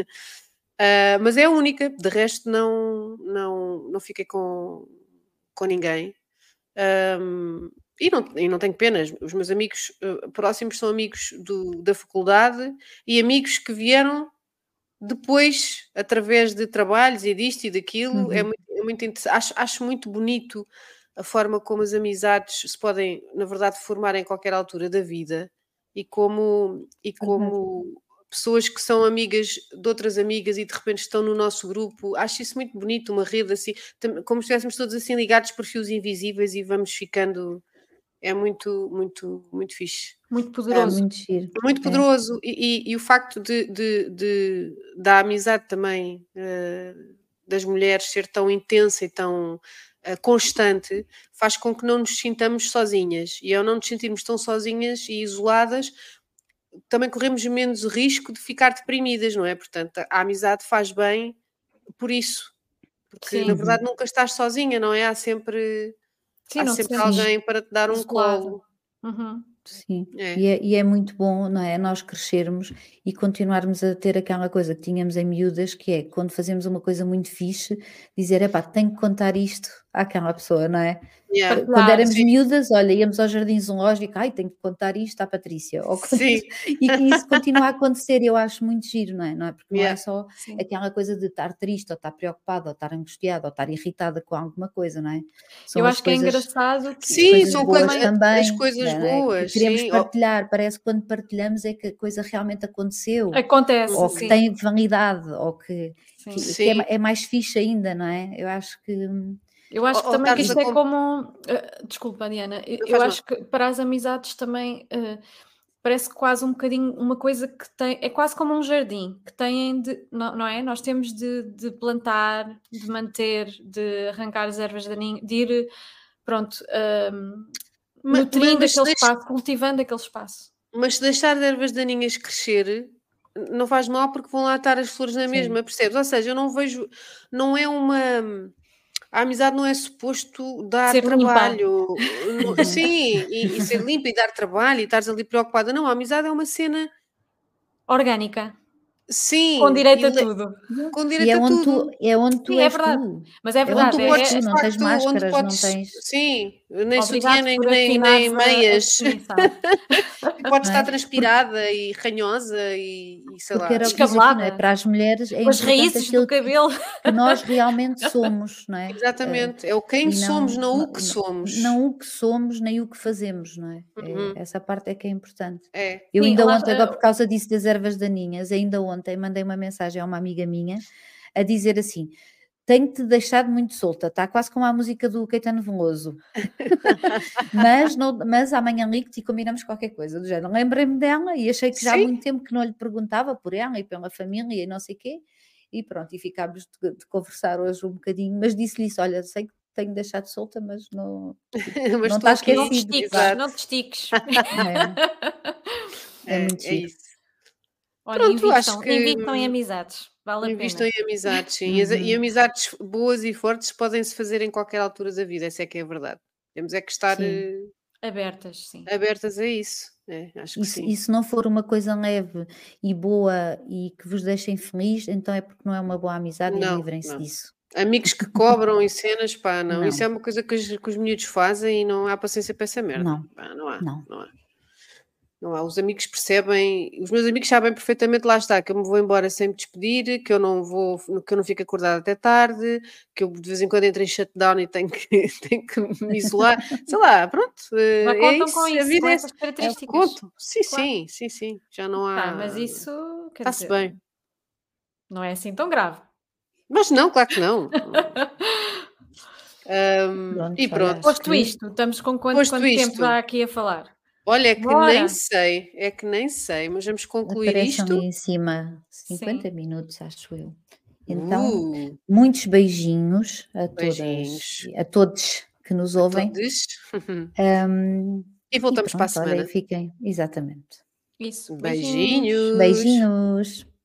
S1: Ah, mas é a única, de resto não, não, não fiquei com, com ninguém. Ahm, e, não, e não tenho penas. Os meus amigos eh, próximos são amigos do- da faculdade e amigos que vieram depois, através de trabalhos e disto e daquilo. É
S3: Uhum.
S1: muito, é muito interessante. Acho, acho muito bonito a forma como as amizades se podem, na verdade, formar em qualquer altura da vida e como, e
S3: Verdade.
S1: como pessoas que são amigas de outras amigas e de repente estão no nosso grupo. Acho isso muito bonito, uma rede assim, tam- como se estivéssemos todos assim ligados por fios invisíveis e vamos ficando. É muito, muito, muito fixe.
S2: Muito
S3: É
S2: poderoso.
S3: muito giro.
S1: Muito
S3: É.
S1: poderoso e, e- e o facto de, de- de- da amizade também eh, das mulheres ser tão intensa e tão eh, constante faz com que não nos sintamos sozinhas e ao não nos sentirmos tão sozinhas e isoladas também corremos menos risco de ficar deprimidas, não é? Portanto, a, a amizade faz bem por isso, porque na
S2: Sim,
S1: verdade
S3: Uhum.
S1: nunca estás sozinha, não é? Há sempre,
S2: sim,
S1: há
S2: não te
S1: sempre
S2: sentes
S3: Sim,
S1: alguém para te dar um
S2: isolada.
S1: colo.
S2: Uhum.
S3: sim.
S1: É.
S3: E é, e é muito bom, não é? Nós crescermos e continuarmos a ter aquela coisa que tínhamos em miúdas, que é quando fazemos uma coisa muito fixe, dizer, epá, tenho que contar isto àquela pessoa, não é?
S1: Yeah.
S3: Eh, Quando
S2: Partilhar.
S3: éramos
S1: Sim,
S3: miúdas, olha, íamos ao jardim zoológico, ai, tenho que contar isto à Patrícia, ou
S1: sim,
S3: coisas, e que isso continua a acontecer, e eu acho muito giro, não é? Não é? Porque não é
S1: yeah.
S3: só
S2: Sim.
S3: aquela coisa de estar triste, ou estar preocupada, ou estar angustiada, ou estar irritada com alguma coisa, não é? São
S2: Eu
S3: as
S2: acho que é
S3: coisas,
S2: engraçado que
S3: as
S1: Sim,
S3: coisas
S2: que
S1: são
S3: boas
S1: coisas,
S2: também
S1: as
S3: também,
S1: coisas
S3: não é? Que
S1: boas,
S3: queremos
S1: sim. Oh,
S3: partilhar, parece que quando partilhamos é que a coisa realmente aconteceu,
S2: acontece,
S3: ou que
S2: sim,
S1: uhum,
S3: tem validade, ou que,
S2: sim.
S3: que, que é,
S1: sim.
S3: ma- é mais fixe ainda, não é? Eu acho que hum,
S2: Eu
S1: Ou,
S2: acho que
S1: ou
S2: também que
S1: estares a
S2: isto é
S1: comp...
S2: como, eh, desculpa, Diana, eu
S1: Não
S2: eu
S1: faz mal.
S2: acho que para as amizades também, eh, parece quase um bocadinho uma coisa que tem é quase como um jardim, que têm de não não é? Nós temos de de plantar, de manter, de arrancar as ervas daninhas, de ir, pronto, hum,
S1: Ma- ma-
S2: nutrindo
S1: Mas, se
S2: aquele
S1: deix-
S2: espaço, cultivando aquele espaço.
S1: mas se deixar de ervas daninhas crescer, não faz mal porque vão lá estar as flores na
S3: sim.
S1: mesma, percebes? Ou seja, eu não vejo, não é uma. A amizade não é suposto dar
S2: Ser limpa.
S1: trabalho. não-
S3: Uhum.
S1: Sim, e, e ser limpa e dar trabalho e estares ali preocupada. Não, a amizade é uma cena,
S2: Orgânica, com
S1: sim, e
S2: direito a
S1: le-
S2: tudo.
S3: Yeah.
S1: com
S3: E é
S1: direito a
S3: onde tu,
S1: tudo.
S3: é onde tu
S2: Sim, é
S3: és
S2: verdade,
S3: tu.
S2: mas é
S3: É onde
S1: Onde
S2: verdade,
S1: tu
S3: tu és
S1: podes,
S2: é
S3: tu,
S1: de
S2: é
S3: não tens
S1: facto, onde tu
S3: máscaras, não
S1: podes,
S3: tens,
S1: sim, nem sutiã,
S2: obrigado
S1: nem,
S2: por
S1: nem, nem
S2: afinares a a
S1: meias,
S2: definição.
S1: e podes
S3: não
S1: estar
S3: é? Porque,
S1: transpirada e ranhosa e, e sei
S3: porque
S1: lá.
S3: era o que diz aqui, não é?
S2: Descabelada,
S3: Para as mulheres é
S2: com as
S3: importante
S2: raízes do
S3: aquilo que,
S2: cabelo.
S3: que nós realmente somos, não é? Eh,
S1: Exatamente, é o quem
S3: e
S1: somos,
S3: não,
S1: não
S3: não,
S1: o que
S3: não
S1: somos.
S3: não o que somos, nem o que fazemos, não é? É,
S1: Uhum,
S3: essa parte é que é importante.
S1: é.
S3: Eu
S2: Sim,
S3: ainda
S2: lá
S3: ontem, agora por
S2: eh,
S3: causa disso das ervas daninhas, ainda ontem mandei uma mensagem a uma amiga minha a dizer assim: tenho-te deixado muito solta, está quase como a música do Caetano Veloso. mas, não, mas amanhã ligo-te e combinamos qualquer coisa do género. Lembrei-me dela e achei que já há
S1: Sim,
S3: muito tempo que não lhe perguntava por ela e pela família e não sei o quê. E pronto, e ficámos de, de conversar hoje um bocadinho, mas disse-lhe isso, olha, sei que tenho deixado solta, mas não, tipo,
S1: mas
S3: não
S1: estou
S3: está
S1: aqui,
S2: Não te
S3: esquecido.
S2: estiques,
S1: exato.
S2: não te estiques.
S3: É, é
S1: É,
S3: muito
S1: é
S3: giro.
S1: isso.
S2: Olha,
S1: Pronto, acho
S2: invistam,
S1: que
S2: invistam em amizades, vale a
S1: invistam
S2: pena.
S1: em amizades, sim. E as- E
S3: Uhum,
S1: amizades boas e fortes podem-se fazer em qualquer altura da vida, essa é que é a verdade. Temos é que estar
S3: sim.
S1: eh,
S2: Abertas, sim.
S1: abertas a isso. É, acho
S3: E
S1: que
S3: se,
S1: sim.
S3: e se não for uma coisa leve e boa e que vos deixem feliz, então é porque não é uma boa amizade e
S1: Não,
S3: livrem-se
S1: não.
S3: disso.
S1: Amigos que cobram e cenas, pá, não. Isso é
S3: Não,
S1: uma coisa que os, que os miúdos fazem e não há paciência para essa merda.
S3: não,
S1: Pá, não há,
S3: não.
S1: não há. Não há. Os amigos percebem, os meus amigos sabem perfeitamente, lá está, que eu me vou embora sem me despedir, que eu não vou, que eu não fico acordada até tarde, que eu de vez em quando entro em shutdown e tenho que, tenho que me isolar. Sei lá, pronto,
S2: Já
S1: eh, é
S2: contam com
S1: isso, a
S2: isso, com
S1: vida é
S2: essas
S1: essa. É o que
S2: características.
S1: conto. Sim,
S2: Claro.
S1: sim, sim, sim. Já não
S2: Tá, mas
S1: há.
S2: isso, quer
S1: Está-se
S2: dizer,
S1: bem.
S2: não é assim tão grave.
S1: Mas não, claro que não. Ahm, e
S3: Pronto, olha,
S1: pronto.
S3: acho
S2: Posto
S3: que
S2: isto, estamos com quanto,
S1: Posto
S2: quanto tempo
S1: isto,
S2: já aqui a falar?
S1: olha, é que nem
S2: Bora!
S1: sei, é que nem sei, mas vamos concluir
S3: aparece ali
S1: isto.
S3: em cima cinquenta
S2: Sim.
S3: minutos, acho eu. Então,
S1: Uh,
S3: muitos beijinhos a todas,
S1: beijinhos
S3: a todos que nos
S1: a
S3: ouvem.
S1: todos.
S3: Hum,
S1: E
S3: e
S1: voltamos para a
S3: pronto, olha, e
S1: semana.
S3: fiquem, exatamente.
S2: Isso. Beijinhos.
S1: Beijinhos.
S3: Beijinhos.